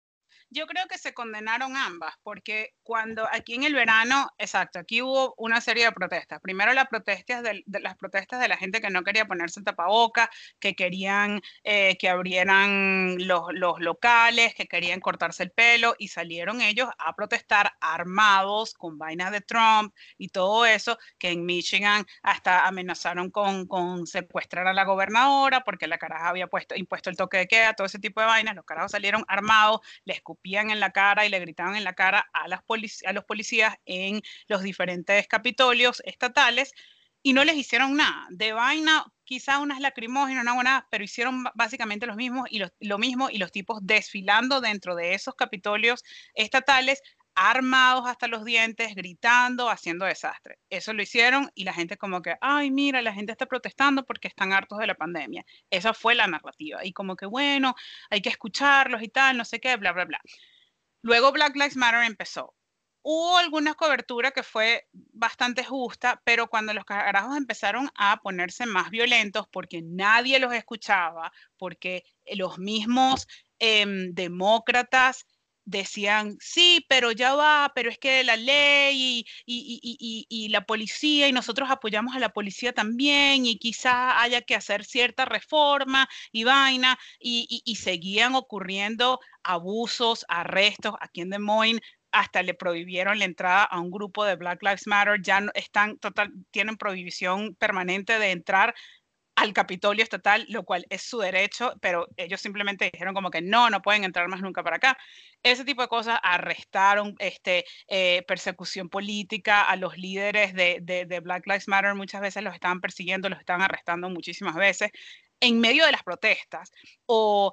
Yo creo que se condenaron ambas, porque cuando aquí en el verano, exacto, aquí hubo una serie de protestas. Primero las protestas de la gente que no quería ponerse tapaboca, que querían que abrieran los locales, que querían cortarse el pelo, y salieron ellos a protestar armados con vainas de Trump y todo eso, que en Michigan hasta amenazaron con secuestrar a la gobernadora porque la caraja había impuesto el toque de queda, todo ese tipo de vainas. Los carajos salieron armados, le escupían en la cara y le gritaban en la cara a los policías en los diferentes capitolios estatales, y no les hicieron nada. De vaina, quizá unas lacrimógenas, una buena, pero hicieron básicamente lo mismo, y los tipos desfilando dentro de esos capitolios estatales, armados hasta los dientes, gritando, haciendo desastre. Eso lo hicieron, y la gente como que, ay, mira, la gente está protestando porque están hartos de la pandemia. Esa fue la narrativa. Y como que, bueno, hay que escucharlos y tal, no sé qué, bla, bla, bla. Luego Black Lives Matter empezó. Hubo alguna cobertura que fue bastante justa, pero cuando los carajos empezaron a ponerse más violentos porque nadie los escuchaba, porque los mismos demócratas decían, sí, pero ya va, pero es que la ley y la policía, y nosotros apoyamos a la policía también, y quizá haya que hacer cierta reforma y vaina, y seguían ocurriendo abusos, arrestos. Aquí en Des Moines hasta le prohibieron la entrada a un grupo de Black Lives Matter, ya no, tienen prohibición permanente de entrar al Capitolio estatal, lo cual es su derecho, pero ellos simplemente dijeron como que no pueden entrar más nunca para acá. Ese tipo de cosas. Arrestaron, persecución política a los líderes de Black Lives Matter, muchas veces los estaban persiguiendo, los estaban arrestando muchísimas veces en medio de las protestas, o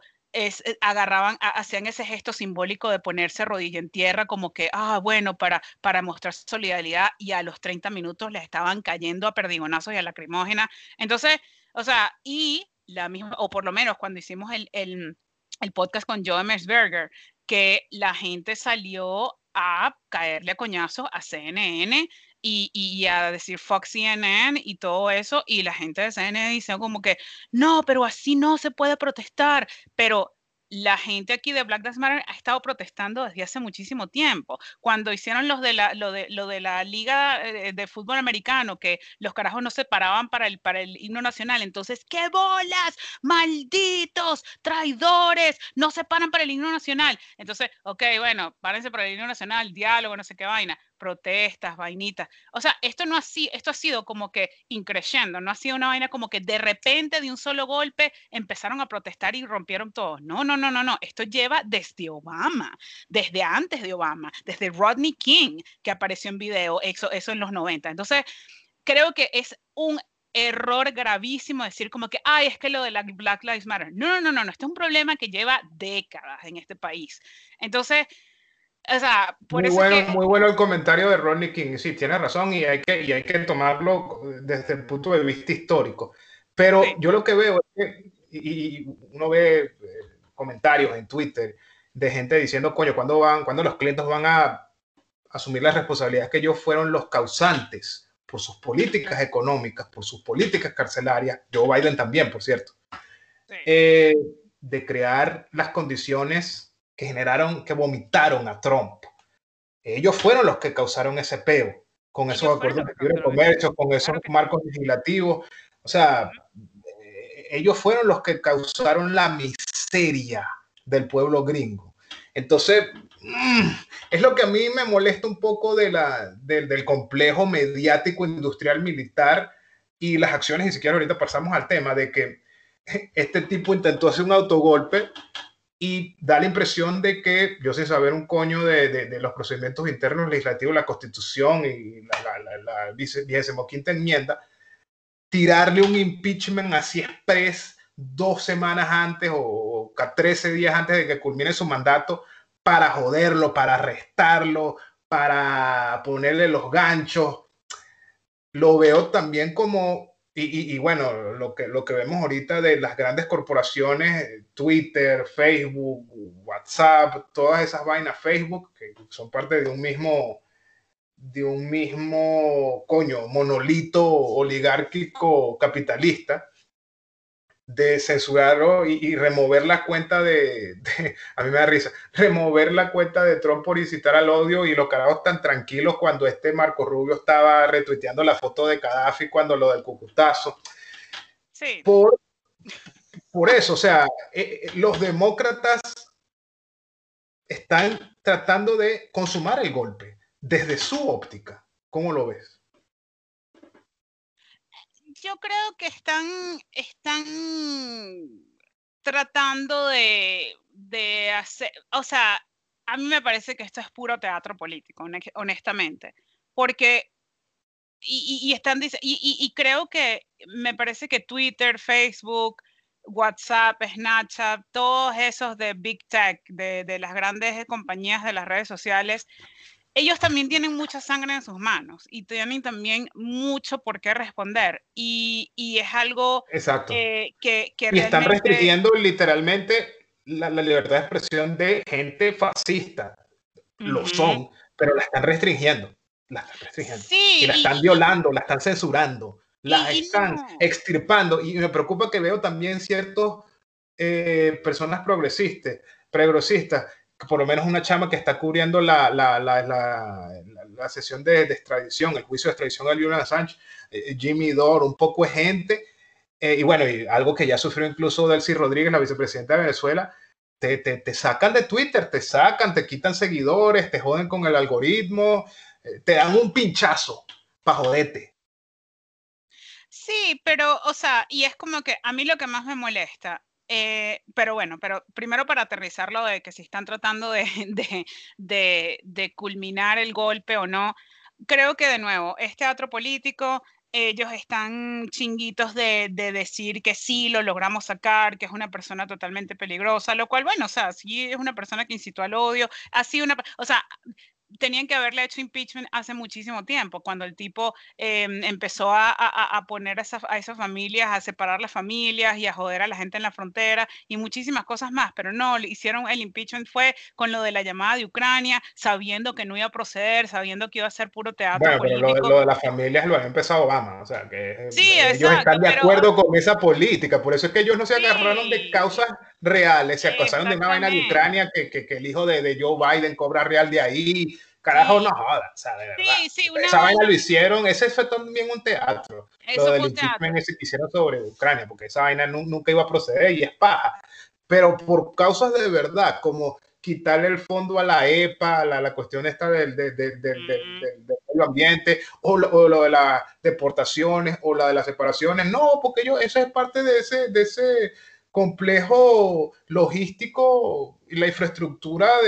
hacían ese gesto simbólico de ponerse rodilla en tierra, como que, bueno, para mostrar solidaridad, y a los 30 minutos les estaban cayendo a perdigonazos y a lacrimógena. Entonces, o sea, y la misma, o por lo menos cuando hicimos el podcast con Joe Merzberger, que la gente salió a caerle a coñazos a CNN y a decir fuck CNN y todo eso, y la gente de CNN dice como que, no, pero así no se puede protestar, pero la gente aquí de Black Lives Matter ha estado protestando desde hace muchísimo tiempo. Cuando hicieron lo de la liga de fútbol americano, que los carajos no se paraban para el himno nacional, entonces, ¡qué bolas! ¡Malditos! ¡Traidores! No se paran para el himno nacional. Entonces, ok, bueno, párense para el himno nacional, diálogo, no sé qué vaina, protestas, vainitas. O sea, esto ha sido como que increciendo, no ha sido una vaina como que de repente, de un solo golpe, empezaron a protestar y rompieron todos. No. Esto lleva desde Obama, desde antes de Obama, desde Rodney King, que apareció en video, eso en los 90. Entonces, creo que es un error gravísimo decir como que, es que lo de la Black Lives Matter. No, esto es un problema que lleva décadas en este país. Entonces, o sea, muy bueno el comentario de Rodney King. Sí, tiene razón, y hay que tomarlo desde el punto de vista histórico. Pero sí, yo lo que veo es que, y uno ve comentarios en Twitter de gente diciendo, coño, ¿cuándo los clientes van a asumir la responsabilidad que ellos fueron los causantes por sus políticas económicas, por sus políticas carcelarias? Joe Biden también, por cierto. Sí. De crear las condiciones que vomitaron a Trump. Ellos fueron los que causaron ese peo con esos acuerdos de libre comercio, con esos marcos legislativos. O sea, ellos fueron los que causaron la miseria del pueblo gringo. Entonces, es lo que a mí me molesta un poco del complejo mediático industrial militar y las acciones, y si quieres ahorita pasamos al tema de que este tipo intentó hacer un autogolpe y da la impresión de que, yo sin saber un coño de los procedimientos internos legislativos, la Constitución y la 25ª enmienda, tirarle un impeachment así express 2 semanas antes o 13 días antes de que culmine su mandato para joderlo, para arrestarlo, para ponerle los ganchos. Lo veo también como, y bueno, lo que vemos ahorita de las grandes corporaciones, Twitter, Facebook, WhatsApp, todas esas vainas, Facebook, que son parte de un mismo monolito oligárquico capitalista, de censurarlo y remover la cuenta a mí me da risa, remover la cuenta de Trump por incitar al odio, y los carajos tan tranquilos cuando Marco Rubio estaba retuiteando la foto de Gaddafi cuando lo del cucutazo. Sí. Por eso, o sea, los demócratas están tratando de consumar el golpe desde su óptica. ¿Cómo lo ves? Yo creo que están tratando de hacer, o sea, a mí me parece que esto es puro teatro político, honestamente, porque y creo que me parece que Twitter, Facebook, WhatsApp, Snapchat, todos esos de Big Tech, de las grandes compañías de las redes sociales, ellos también tienen mucha sangre en sus manos y tienen también mucho por qué responder. Y es algo que y están restringiendo literalmente la libertad de expresión de gente fascista. Lo son, pero la están restringiendo. Sí, y la están violando, la están censurando, la están extirpando. Y me preocupa que veo también ciertos personas progresistas, por lo menos una chama que está cubriendo la sesión de extradición, el juicio de extradición de Julian Assange, Jimmy Dore, un poco de gente, y bueno, y algo que ya sufrió incluso Delcy Rodríguez, la vicepresidenta de Venezuela, te sacan de Twitter, te quitan seguidores, te joden con el algoritmo, te dan un pinchazo para joderte. Sí, pero, o sea, y es como que a mí lo que más me molesta, pero bueno, pero primero para aterrizarlo de que si están tratando de culminar el golpe o no, creo que de nuevo, es teatro político, ellos están chinguitos de decir que sí, lo logramos sacar, que es una persona totalmente peligrosa, lo cual, bueno, o sea, sí es una persona que incitó al odio, así o sea, tenían que haberle hecho impeachment hace muchísimo tiempo, cuando el tipo empezó a poner a esas familias, a separar las familias y a joder a la gente en la frontera y muchísimas cosas más, pero no, le hicieron el impeachment fue con lo de la llamada de Ucrania, sabiendo que no iba a proceder, sabiendo que iba a ser puro teatro político. Pero lo de las familias lo ha empezado Obama, o sea, que sí, ellos están de acuerdo con esa política, por eso es que ellos no se agarraron de causas reales, se acusaron de una vaina de Ucrania, que el hijo de Joe Biden cobra real de ahí. Carajo, no jodas, o sea, de verdad. Esa vaina lo hicieron, ese fue también un teatro. Lo del impeachment ese que hicieron sobre Ucrania, porque esa vaina nunca iba a proceder y es paja. Pero por causas de verdad, como quitarle el fondo a la EPA, la cuestión esta del medio ambiente, o lo de las deportaciones, o la de las separaciones, no, porque eso es parte de ese complejo logístico y la infraestructura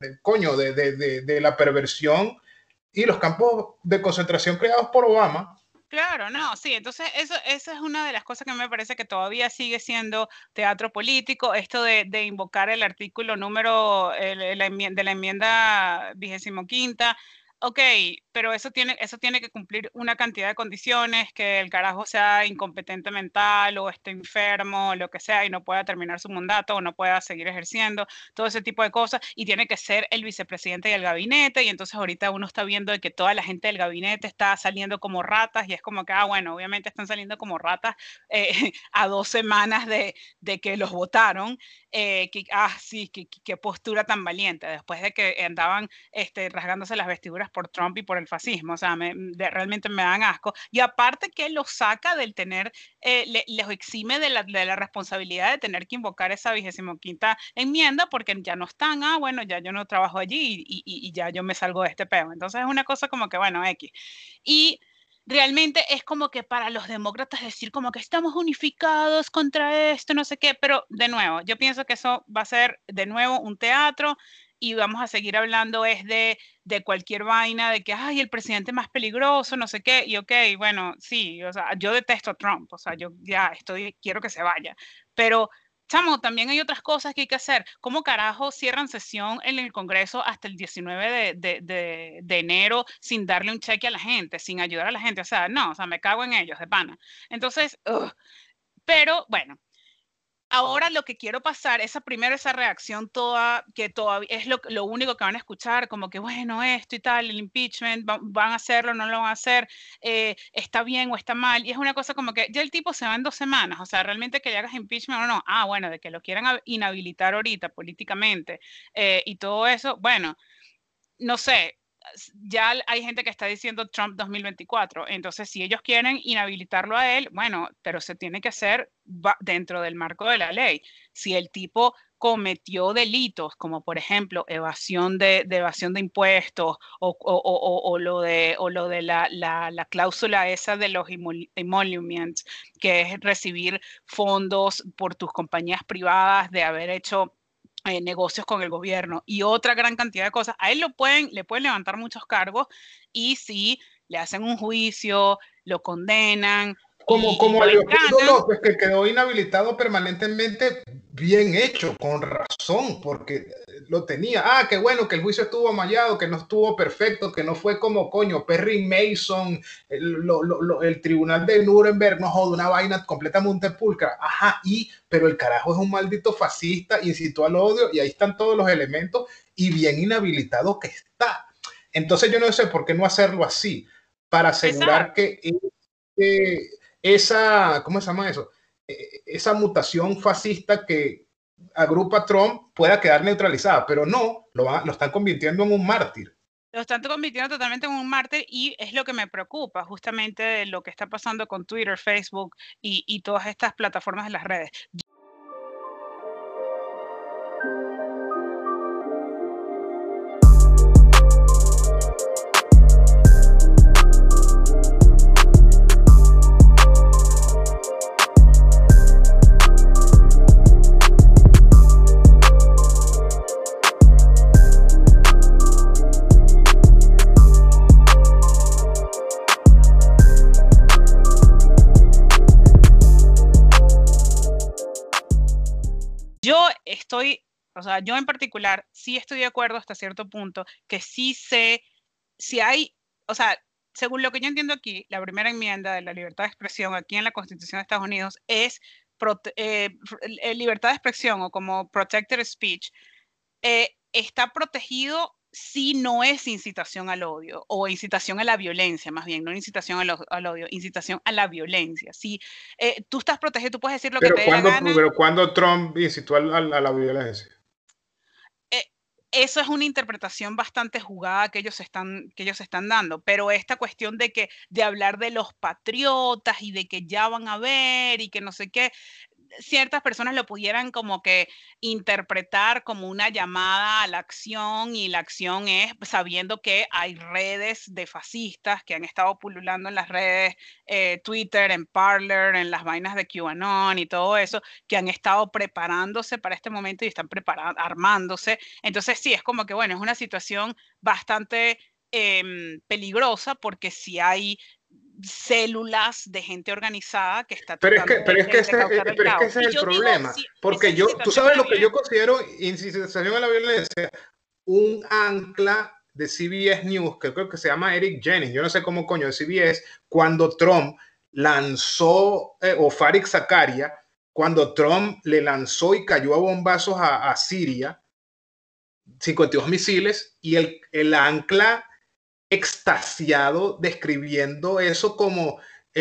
de la perversión y los campos de concentración creados por Obama. Claro, no, sí, entonces esa es una de las cosas que me parece que todavía sigue siendo teatro político, esto de invocar el artículo número de la enmienda 25ª. Ok, pero eso tiene que cumplir una cantidad de condiciones, que el carajo sea incompetente mental o esté enfermo o lo que sea y no pueda terminar su mandato o no pueda seguir ejerciendo, todo ese tipo de cosas, y tiene que ser el vicepresidente y el gabinete, y entonces ahorita uno está viendo de que toda la gente del gabinete está saliendo como ratas y es como que, bueno, obviamente están saliendo como ratas a 2 semanas de que los votaron, sí, qué postura tan valiente, después de que andaban rasgándose las vestiduras por Trump y por el fascismo, o sea, realmente me dan asco, y aparte que los saca del tener, les exime de la responsabilidad de tener que invocar esa 25ª enmienda, porque ya no están, bueno, ya yo no trabajo allí y ya yo me salgo de este peo, entonces es una cosa como que, bueno, X, y realmente es como que para los demócratas decir como que estamos unificados contra esto, no sé qué, pero de nuevo, yo pienso que eso va a ser de nuevo un teatro y vamos a seguir hablando de cualquier vaina, de que, ay, el presidente más peligroso, no sé qué, y ok, bueno, sí, o sea, yo detesto a Trump, o sea, yo ya quiero que se vaya, pero chamo, también hay otras cosas que hay que hacer. ¿Cómo carajo cierran sesión en el Congreso hasta el 19 de enero sin darle un cheque a la gente, sin ayudar a la gente? O sea, no, o sea, me cago en ellos, de pana. Entonces, pero bueno, ahora lo que quiero pasar, esa reacción toda, que todavía es lo único que van a escuchar, como que bueno, esto y tal, el impeachment, van a hacerlo, no lo van a hacer, está bien o está mal, y es una cosa como que ya el tipo se va en 2 semanas, o sea, realmente que le hagas impeachment o no, bueno, de que lo quieran inhabilitar ahorita políticamente y todo eso, bueno, no sé, ya hay gente que está diciendo Trump 2024, entonces si ellos quieren inhabilitarlo a él, bueno, pero se tiene que hacer dentro del marco de la ley. Si el tipo cometió delitos, como por ejemplo evasión de impuestos o lo de la cláusula esa de los emoluments, que es recibir fondos por tus compañías privadas de haber hecho negocios con el gobierno y otra gran cantidad de cosas, a él le pueden levantar muchos cargos y si le hacen un juicio, lo condenan. Como a Leopoldo López, que quedó inhabilitado permanentemente, bien hecho, con razón, porque lo tenía. Qué bueno que el juicio estuvo amallado, que no estuvo perfecto, que no fue como Perry Mason, el tribunal de Nuremberg, no joda, una vaina completamente pulcra. Pero el carajo es un maldito fascista, incitó al odio, y ahí están todos los elementos, y bien inhabilitado que está. Entonces yo no sé por qué no hacerlo así, para asegurar que esa, ¿cómo se llama eso? Esa mutación fascista que agrupa a Trump pueda quedar neutralizada, pero no, lo están convirtiendo en un mártir. Lo están convirtiendo totalmente en un mártir y es lo que me preocupa, justamente de lo que está pasando con Twitter, Facebook y todas estas plataformas de las redes. Yo en particular sí estoy de acuerdo hasta cierto punto que sí sé si hay, según lo que yo entiendo aquí, la primera enmienda de la libertad de expresión aquí en la Constitución de Estados Unidos es libertad de expresión o como protected speech, está protegido si no es incitación al odio o incitación a la violencia, más bien, no incitación al odio, incitación a la violencia. Si tú estás protegido, tú puedes decir lo que te dé la gana. Pero ¿cuándo Trump incitó a la violencia? Eso es una interpretación bastante jugada que ellos están dando, pero esta cuestión de hablar de los patriotas y de que ya van a ver y que no sé qué, ciertas personas lo pudieran como que interpretar como una llamada a la acción y la acción es sabiendo que hay redes de fascistas que han estado pululando en las redes, Twitter, en Parler, en las vainas de QAnon y todo eso, que han estado preparándose para este momento y están armándose. Entonces sí, es como que bueno, es una situación bastante peligrosa porque si hay células de gente organizada que está tratando de causar el caos. Ese es el problema, porque tú sabes lo que yo considero incitación a la violencia, un ancla de CBS News, que creo que se llama Eric Jennings, yo no sé cómo coño, de CBS, cuando Trump lanzó, o Fareed Zakaria, cuando Trump le lanzó y cayó a bombazos a Siria, 52 misiles, y el ancla extasiado describiendo eso como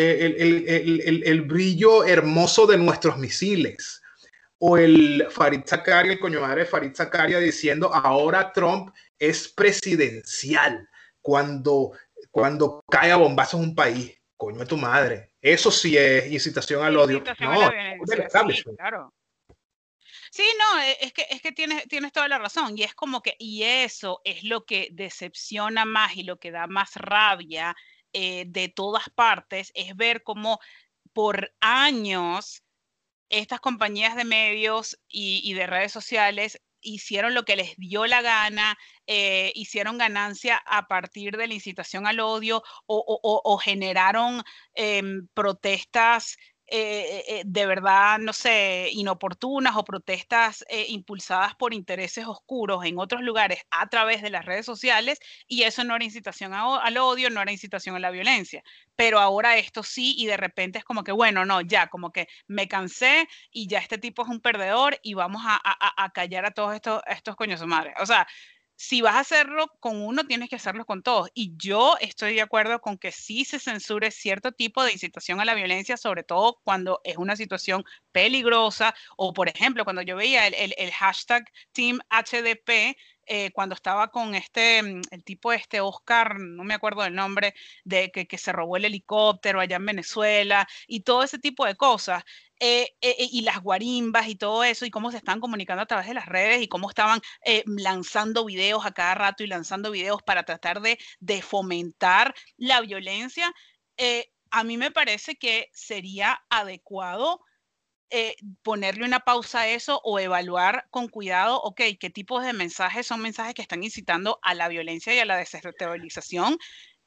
el brillo hermoso de nuestros misiles, o el Fareed Zakaria, el coño madre de Fareed Zakaria diciendo ahora Trump es presidencial cuando cae a bombazos un país. Coño de tu madre, eso sí es incitación al odio. No, sí, claro. Sí, no, es que tienes toda la razón y es como que, y eso es lo que decepciona más y lo que da más rabia de todas partes, es ver cómo por años estas compañías de medios y de redes sociales hicieron lo que les dio la gana, hicieron ganancia a partir de la incitación al odio o generaron protestas de verdad, no sé, inoportunas o protestas impulsadas por intereses oscuros en otros lugares a través de las redes sociales, y eso no era incitación al odio, no era incitación a la violencia. Pero ahora esto sí, y de repente es como que, bueno, no, ya, como que me cansé y ya este tipo es un perdedor y vamos a callar a todos estos coños de madre. O sea, si vas a hacerlo con uno, tienes que hacerlo con todos. Y yo estoy de acuerdo con que sí se censure cierto tipo de incitación a la violencia, sobre todo cuando es una situación peligrosa, o por ejemplo, cuando yo veía el hashtag Team HDP, cuando estaba con el tipo Oscar, no me acuerdo del nombre, que se robó el helicóptero allá en Venezuela, y todo ese tipo de cosas. Y las guarimbas y todo eso, y cómo se están comunicando a través de las redes, y cómo estaban lanzando videos a cada rato y lanzando videos para tratar de fomentar la violencia. A mí me parece que sería adecuado ponerle una pausa a eso, o evaluar con cuidado, ok, qué tipos de mensajes son mensajes que están incitando a la violencia y a la desestabilización.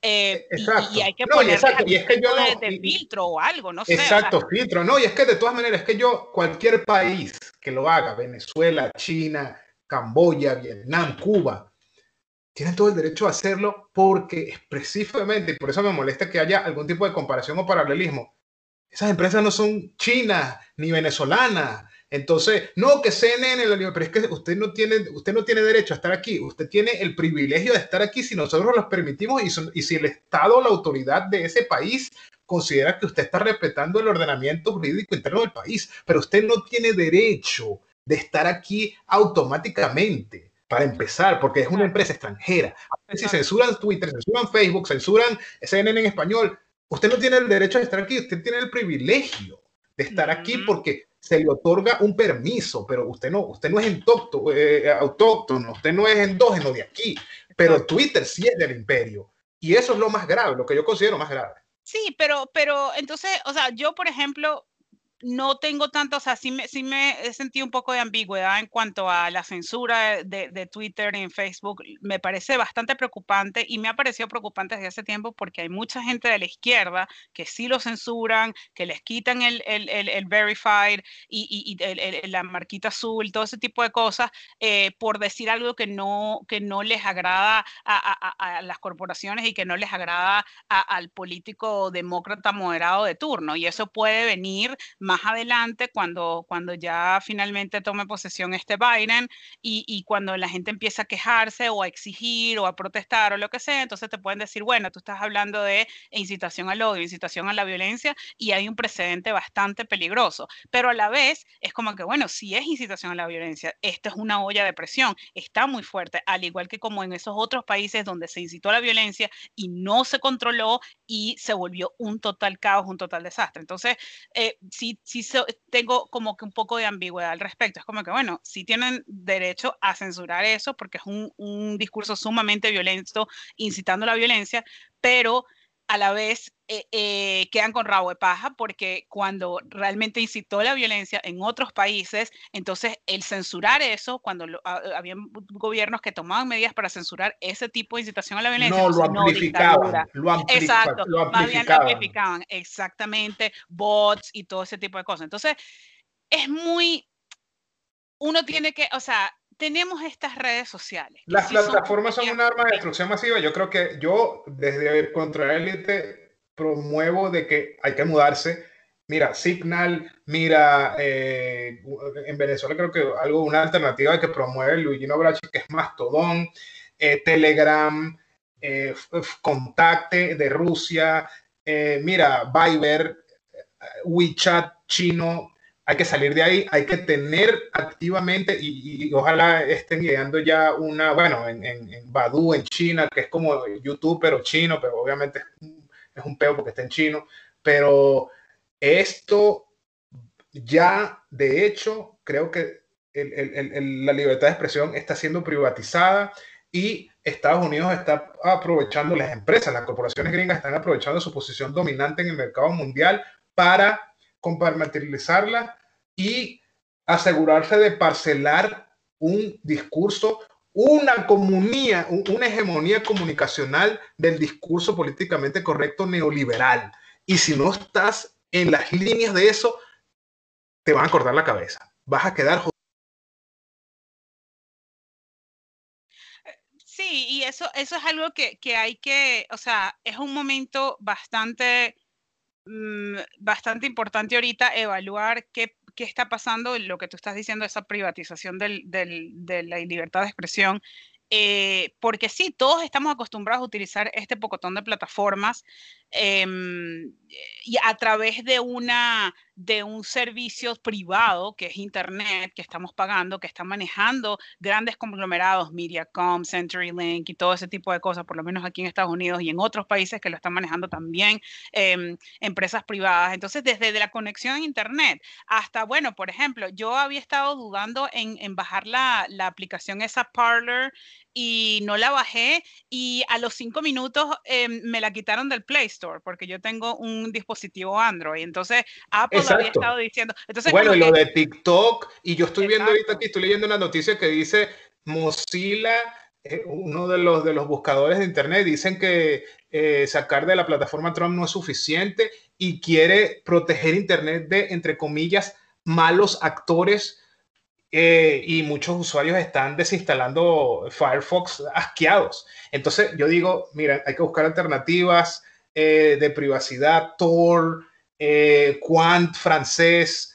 Y hay que ponerle algún tipo de filtro o algo, no sé. Exacto, filtro. No, y es que de todas maneras, es que cualquier país que lo haga, Venezuela, China, Camboya, Vietnam, Cuba, tienen todo el derecho a hacerlo, porque específicamente, y por eso me molesta que haya algún tipo de comparación o paralelismo, esas empresas no son chinas ni venezolanas. Entonces, no, que CNN, pero es que usted no tiene derecho a estar aquí. Usted tiene el privilegio de estar aquí si nosotros los permitimos, y si el Estado o la autoridad de ese país considera que usted está respetando el ordenamiento jurídico interno del país. Pero usted no tiene derecho de estar aquí automáticamente, para empezar, porque es una empresa extranjera. Si censuran Twitter, censuran Facebook, censuran CNN en español, usted no tiene el derecho de estar aquí, usted tiene el privilegio de estar aquí porque se le otorga un permiso, pero usted no es autóctono, usted no es endógeno de aquí. Pero Twitter sí es del imperio, y eso es lo más grave, lo que yo considero más grave. Sí, pero entonces, o sea, yo, por ejemplo, no tengo tanto, o sea, sí me he sentido un poco de ambigüedad en cuanto a la censura de Twitter y en Facebook. Me parece bastante preocupante, y me ha parecido preocupante desde hace tiempo, porque hay mucha gente de la izquierda que sí lo censuran, que les quitan el verified y la marquita azul, todo ese tipo de cosas, por decir algo que no les agrada a las corporaciones y que no les agrada al político demócrata moderado de turno. Y eso puede venir más adelante, cuando ya finalmente tome posesión Biden, y cuando la gente empieza a quejarse o a exigir o a protestar o lo que sea, entonces te pueden decir, bueno, tú estás hablando de incitación al odio, incitación a la violencia, y hay un precedente bastante peligroso. Pero a la vez es como que, bueno, si es incitación a la violencia, esto es una olla de presión, está muy fuerte, al igual que como en esos otros países donde se incitó a la violencia y no se controló y se volvió un total caos, un total desastre. Entonces, sí tengo como que un poco de ambigüedad al respecto. Es como que, bueno, sí tienen derecho a censurar eso, porque es un discurso sumamente violento, incitando a la violencia, pero a la vez quedan con rabo de paja, porque cuando realmente incitó la violencia en otros países, entonces el censurar eso, cuando había gobiernos que tomaban medidas para censurar ese tipo de incitación a la violencia, no, lo amplificaban, exacto, más bien lo amplificaban, exactamente, bots y todo ese tipo de cosas. Entonces, uno tiene que, o sea, tenemos estas redes sociales. Las plataformas son un arma de destrucción masiva. Yo creo que desde Contraélite promuevo de que hay que mudarse. Mira, Signal, mira, en Venezuela creo que una alternativa que promueve Luigino Bracci, que es Mastodon, Telegram, Contacte de Rusia, mira, Viber, WeChat chino. Hay que salir de ahí, hay que tener activamente, y ojalá estén ideando ya en Baidu, en China, que es como YouTube, pero chino, pero obviamente es un peo porque está en chino. Pero esto ya, de hecho, creo que la libertad de expresión está siendo privatizada, y Estados Unidos está aprovechando, las empresas, las corporaciones gringas están aprovechando su posición dominante en el mercado mundial para compartimentalizarla y asegurarse de parcelar un discurso, una hegemonía comunicacional del discurso políticamente correcto neoliberal. Y si no estás en las líneas de eso, te van a cortar la cabeza. Vas a quedar jodido. Sí, y eso es algo que hay que, o sea, es un momento bastante importante ahorita evaluar qué está pasando, lo que tú estás diciendo, esa privatización de la libertad de expresión, porque sí, todos estamos acostumbrados a utilizar este pocotón de plataformas y a través de un servicio privado que es Internet, que estamos pagando, que está manejando grandes conglomerados, Mediacom, CenturyLink y todo ese tipo de cosas, por lo menos aquí en Estados Unidos y en otros países que lo están manejando también, empresas privadas. Entonces, desde la conexión a Internet hasta, bueno, por ejemplo, yo había estado dudando en bajar la aplicación esa Parler y no la bajé y a los 5 minutos me la quitaron del Play Store porque yo tengo un dispositivo Android. Entonces, Apple había estado diciendo... Entonces, bueno, y lo de TikTok, y yo estoy viendo ahorita aquí, estoy leyendo una noticia que dice Mozilla, uno de los buscadores de Internet, dicen que sacar de la plataforma Trump no es suficiente y quiere proteger Internet de, entre comillas, malos actores. Y muchos usuarios están desinstalando Firefox asqueados. Entonces yo digo, mira, hay que buscar alternativas de privacidad, Tor, Quant francés,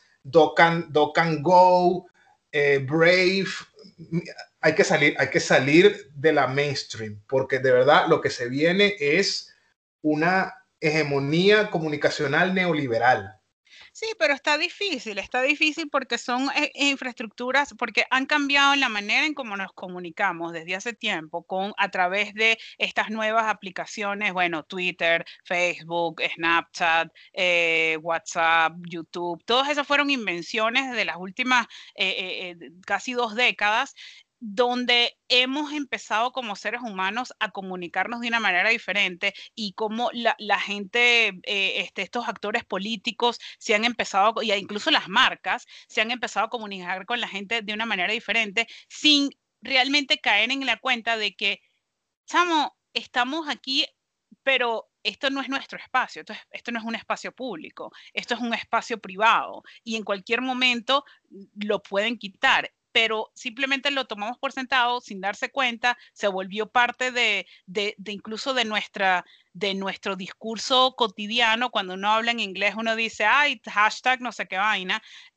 Doc&Go, Brave. Hay que salir de la mainstream, porque de verdad lo que se viene es una hegemonía comunicacional neoliberal. Sí, pero está difícil porque son infraestructuras, porque han cambiado la manera en cómo nos comunicamos desde hace tiempo a través de estas nuevas aplicaciones, bueno, Twitter, Facebook, Snapchat, WhatsApp, YouTube, todas esas fueron invenciones de las últimas casi 2 décadas, donde hemos empezado como seres humanos a comunicarnos de una manera diferente y cómo la gente, estos actores políticos se han empezado, y incluso las marcas, se han empezado a comunicar con la gente de una manera diferente sin realmente caer en la cuenta de que, chamo, estamos aquí, pero esto no es nuestro espacio, esto no es un espacio público, esto es un espacio privado y en cualquier momento lo pueden quitar, pero simplemente lo tomamos por sentado sin darse cuenta, se volvió parte de incluso de nuestro discurso cotidiano. Cuando uno habla en inglés, uno dice, ay, hashtag no sé qué vaina,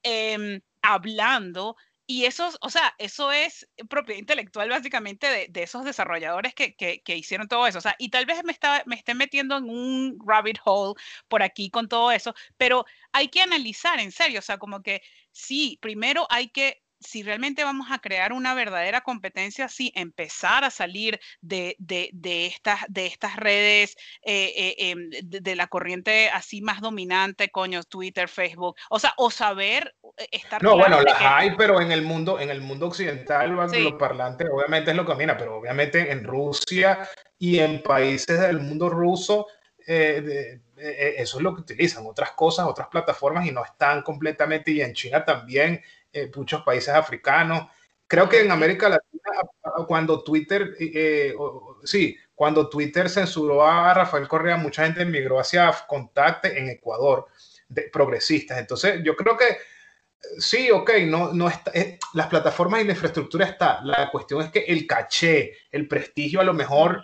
hablando. Y eso, o sea, eso es propiedad intelectual básicamente de esos desarrolladores que hicieron todo eso. O sea, y tal vez me esté metiendo en un rabbit hole por aquí con todo eso, pero hay que analizar en serio. O sea, como que sí, primero hay que, si realmente vamos a crear una verdadera competencia, sí, empezar a salir de estas redes, de la corriente así más dominante, coño, Twitter, Facebook, o sea, o saber estar no, claro bueno, las hay, pero en el mundo occidental, sí, los parlantes obviamente es lo que camina, pero obviamente en Rusia y en países del mundo ruso, eso es lo que utilizan, otras cosas, otras plataformas y no están completamente, y en China también, muchos países africanos. Creo que en América Latina, cuando Twitter, cuando Twitter censuró a Rafael Correa, mucha gente migró hacia Contacte en Ecuador, progresistas. Entonces, yo creo que sí, ok, no está, las plataformas y la infraestructura está. La cuestión es que el caché, el prestigio a lo mejor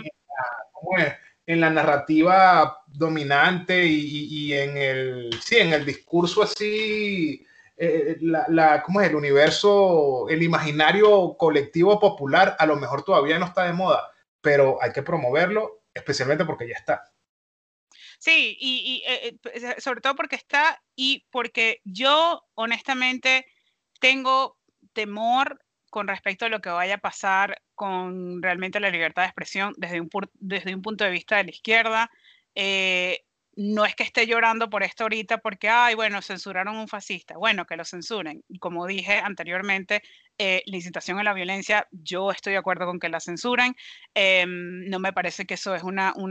en la narrativa dominante y en el discurso así, ¿cómo es? El universo, el imaginario colectivo popular a lo mejor todavía no está de moda, pero hay que promoverlo, especialmente porque ya está. Sí, y sobre todo porque está y porque yo honestamente tengo temor con respecto a lo que vaya a pasar con realmente la libertad de expresión desde un punto de vista de la izquierda. No es que esté llorando por esto ahorita porque, ay, bueno, censuraron a un fascista. Bueno, que lo censuren. Y como dije anteriormente, La incitación a la violencia, yo estoy de acuerdo con que la censuren. No me parece que eso es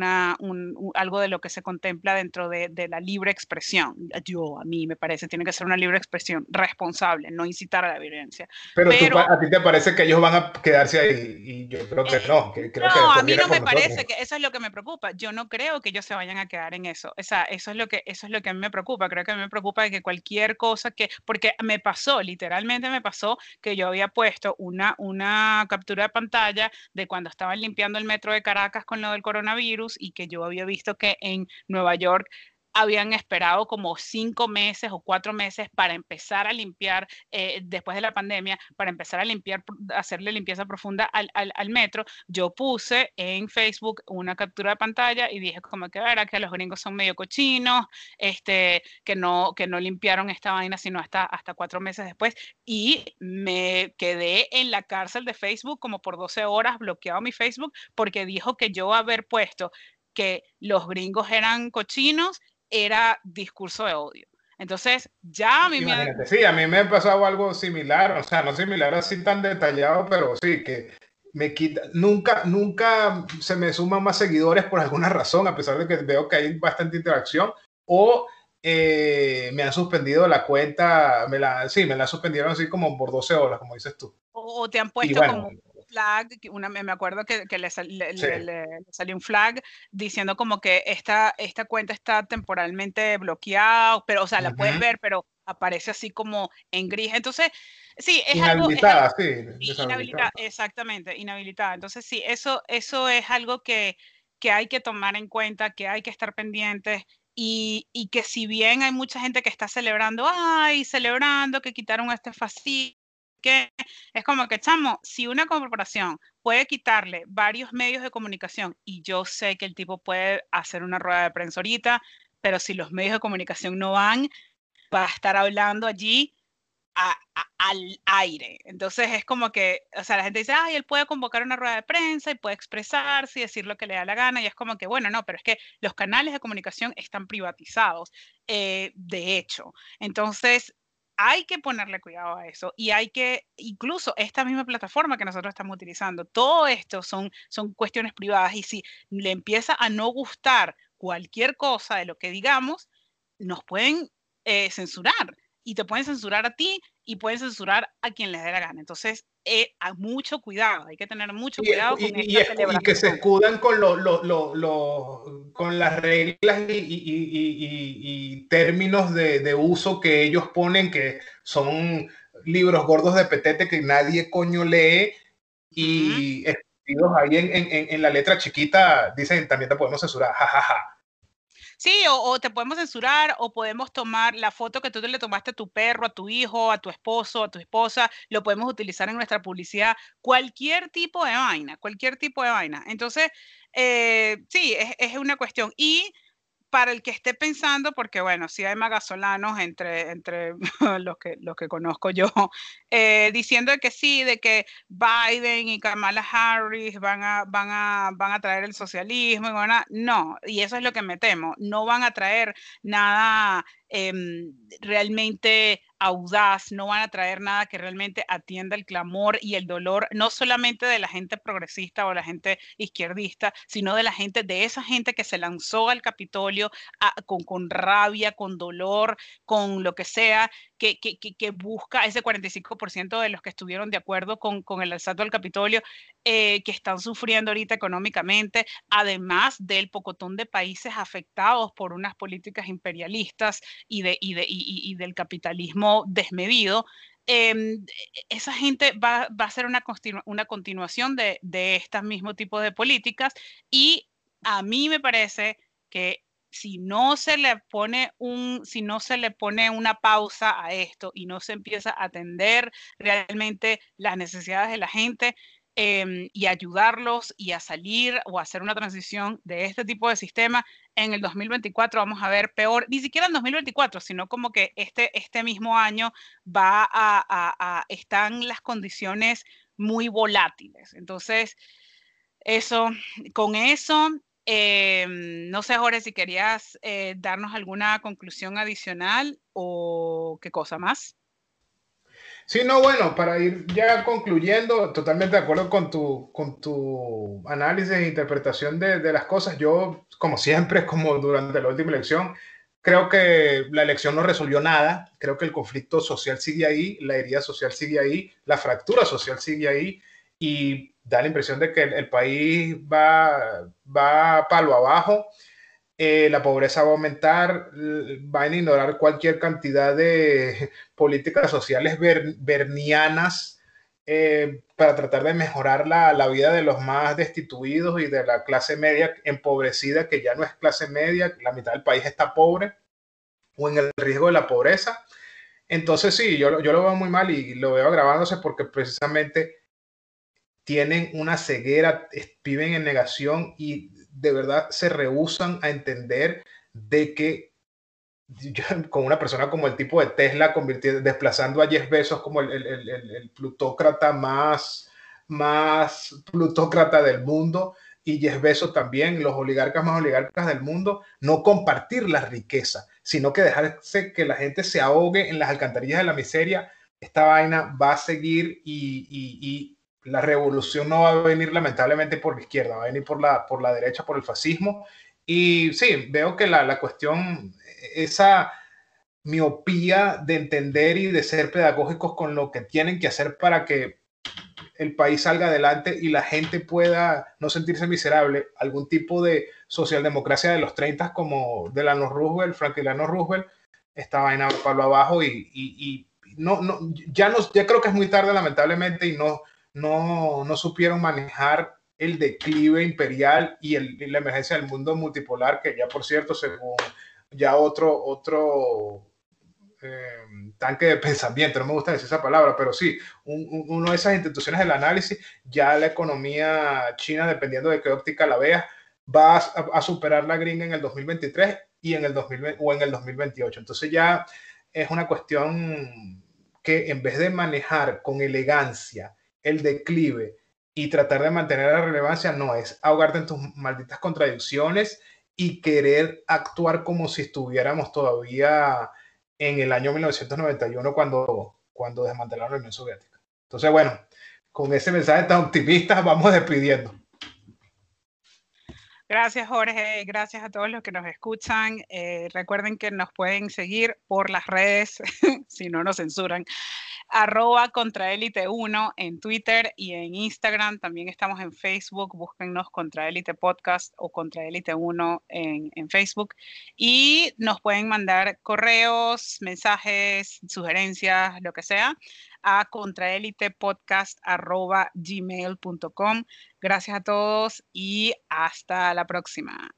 algo de lo que se contempla dentro de la libre expresión. A mí me parece, tiene que ser una libre expresión responsable, no incitar a la violencia. Pero a ti te parece que ellos van a quedarse ahí, y yo creo que no, creo que a mí no me parece que eso es lo que me preocupa. Yo no creo que ellos se vayan a quedar en eso. O sea, eso es lo que a mí me preocupa. Creo que a mí me preocupa de que cualquier cosa porque me pasó, literalmente me pasó que yo había puesto una captura de pantalla de cuando estaban limpiando el metro de Caracas con lo del coronavirus y que yo había visto que en Nueva York habían esperado como 5 meses o 4 meses para empezar a limpiar, después de la pandemia, para empezar a limpiar, hacerle limpieza profunda al metro. Yo puse en Facebook una captura de pantalla y dije como que verá que los gringos son medio cochinos, que no limpiaron esta vaina sino hasta 4 meses después, y me quedé en la cárcel de Facebook como por 12 horas, bloqueado mi Facebook, porque dijo que yo haber puesto que los gringos eran cochinos era discurso de odio. Entonces, ya a mí sí, a mí me ha pasado algo similar, o sea, no similar así tan detallado, pero sí, que me quita, nunca se me suman más seguidores por alguna razón, a pesar de que veo que hay bastante interacción, o me han suspendido la cuenta, me la suspendieron así como por 12 horas, como dices tú. O te han puesto como flag, me acuerdo que le salió un flag diciendo como que esta cuenta está temporalmente bloqueada, pero, o sea, la puedes ver, pero aparece así como en gris. Entonces, sí, es inhabilitada, inhabilitada, exactamente, inhabilitada. Entonces, sí, eso es algo que hay que tomar en cuenta, que hay que estar pendientes. Y que si bien hay mucha gente que está celebrando que quitaron este fascismo, que es como que, chamo, si una corporación puede quitarle varios medios de comunicación, y yo sé que el tipo puede hacer una rueda de prensa ahorita, pero si los medios de comunicación no van, va a estar hablando allí al aire. Entonces es como que, o sea, la gente dice, él puede convocar una rueda de prensa y puede expresarse y decir lo que le da la gana, y es como que, bueno, no, pero es que los canales de comunicación están privatizados, de hecho. Entonces, hay que ponerle cuidado a eso, y hay que, incluso esta misma plataforma que nosotros estamos utilizando, todo esto son cuestiones privadas, y si le empieza a no gustar cualquier cosa de lo que digamos, nos pueden censurar, y te pueden censurar a ti y pueden censurar a quien les dé la gana. Entonces, mucho cuidado, hay que tener mucho cuidado con esta celebración. Y que se escudan con con las reglas y términos de uso que ellos ponen, que son libros gordos de petete que nadie coño lee, y escritos ahí en la letra chiquita dicen también te podemos censurar, jajaja. Sí, o te podemos censurar, o podemos tomar la foto que tú le tomaste a tu perro, a tu hijo, a tu esposo, a tu esposa, lo podemos utilizar en nuestra publicidad, cualquier tipo de vaina, cualquier tipo de vaina. Entonces, sí, es una cuestión. Y para el que esté pensando, porque bueno, sí hay magazolanos entre los que conozco yo, diciendo que sí, de que Biden y Kamala Harris van a traer el socialismo, no, y eso es lo que me temo, no van a traer nada realmente audaz, no van a traer nada que realmente atienda el clamor y el dolor, no solamente de la gente progresista o la gente izquierdista, sino de esa gente que se lanzó al Capitolio con rabia, con dolor, con lo que sea, que busca ese 45% de los que estuvieron de acuerdo con el asalto al Capitolio, que están sufriendo ahorita económicamente, además del pocotón de países afectados por unas políticas imperialistas y del capitalismo desmedido. Esa gente va a ser una continuación de estos mismos tipos de políticas, y a mí me parece que si no se le pone una pausa a esto y no se empieza a atender realmente las necesidades de la gente, y ayudarlos y a salir o a hacer una transición de este tipo de sistema, en el 2024 vamos a ver peor, ni siquiera en 2024, sino como que este mismo año están las condiciones muy volátiles. Entonces, con eso, no sé, Jorge, si querías darnos alguna conclusión adicional o qué cosa más. Sí, no, bueno, para ir ya concluyendo, totalmente de acuerdo con tu análisis e interpretación de las cosas. Yo, como siempre, como durante la última elección, creo que la elección no resolvió nada. Creo que el conflicto social sigue ahí, la herida social sigue ahí, la fractura social sigue ahí y da la impresión de que el país va palo abajo. La pobreza va a aumentar, van a ignorar cualquier cantidad de políticas sociales bernianas para tratar de mejorar la vida de los más destituidos y de la clase media empobrecida, que ya no es clase media, la mitad del país está pobre o en el riesgo de la pobreza. Entonces sí, yo lo veo muy mal y lo veo agravándose porque precisamente tienen una ceguera, viven en negación y de verdad se rehúsan a entender de que con una persona como el tipo de Tesla desplazando a Jeff Bezos como el plutócrata más plutócrata del mundo, y Jeff Bezos también, los oligarcas más oligarcas del mundo, no compartir la riqueza, sino que dejarse que la gente se ahogue en las alcantarillas de la miseria. Esta vaina va a seguir y la revolución no va a venir lamentablemente por la izquierda, va a venir por la derecha, por el fascismo. Y sí, veo que la cuestión, esa miopía de entender y de ser pedagógicos con lo que tienen que hacer para que el país salga adelante y la gente pueda no sentirse miserable, algún tipo de socialdemocracia de los 30 como Delano Roosevelt, Franklin Delano Roosevelt, esta vaina palo abajo y ya creo que es muy tarde lamentablemente y no supieron manejar el declive imperial y la emergencia del mundo multipolar, que ya por cierto, según ya otro tanque de pensamiento, no me gusta decir esa palabra, pero sí, una de esas instituciones del análisis, ya la economía china, dependiendo de qué óptica la veas, va a superar la gringa en el 2023 y en el 2028. Entonces ya es una cuestión que en vez de manejar con elegancia el declive y tratar de mantener la relevancia, no, es ahogarte en tus malditas contradicciones y querer actuar como si estuviéramos todavía en el año 1991 cuando desmantelaron la Unión Soviética. Entonces, bueno, con ese mensaje tan optimista vamos despidiendo. Gracias, Jorge. Gracias a todos los que nos escuchan. Recuerden que nos pueden seguir por las redes, si no nos censuran, @contraelite1 en Twitter y en Instagram. También estamos en Facebook. Búsquennos Contraelite Podcast o Contraelite1 en Facebook. Y nos pueden mandar correos, mensajes, sugerencias, lo que sea, a contraelitepodcast@gmail.com. Gracias a todos y hasta la próxima.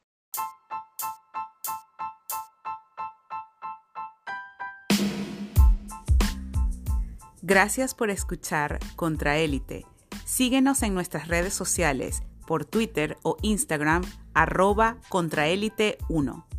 Gracias por escuchar Contraélite. Síguenos en nuestras redes sociales, por Twitter o Instagram, @contraelite1.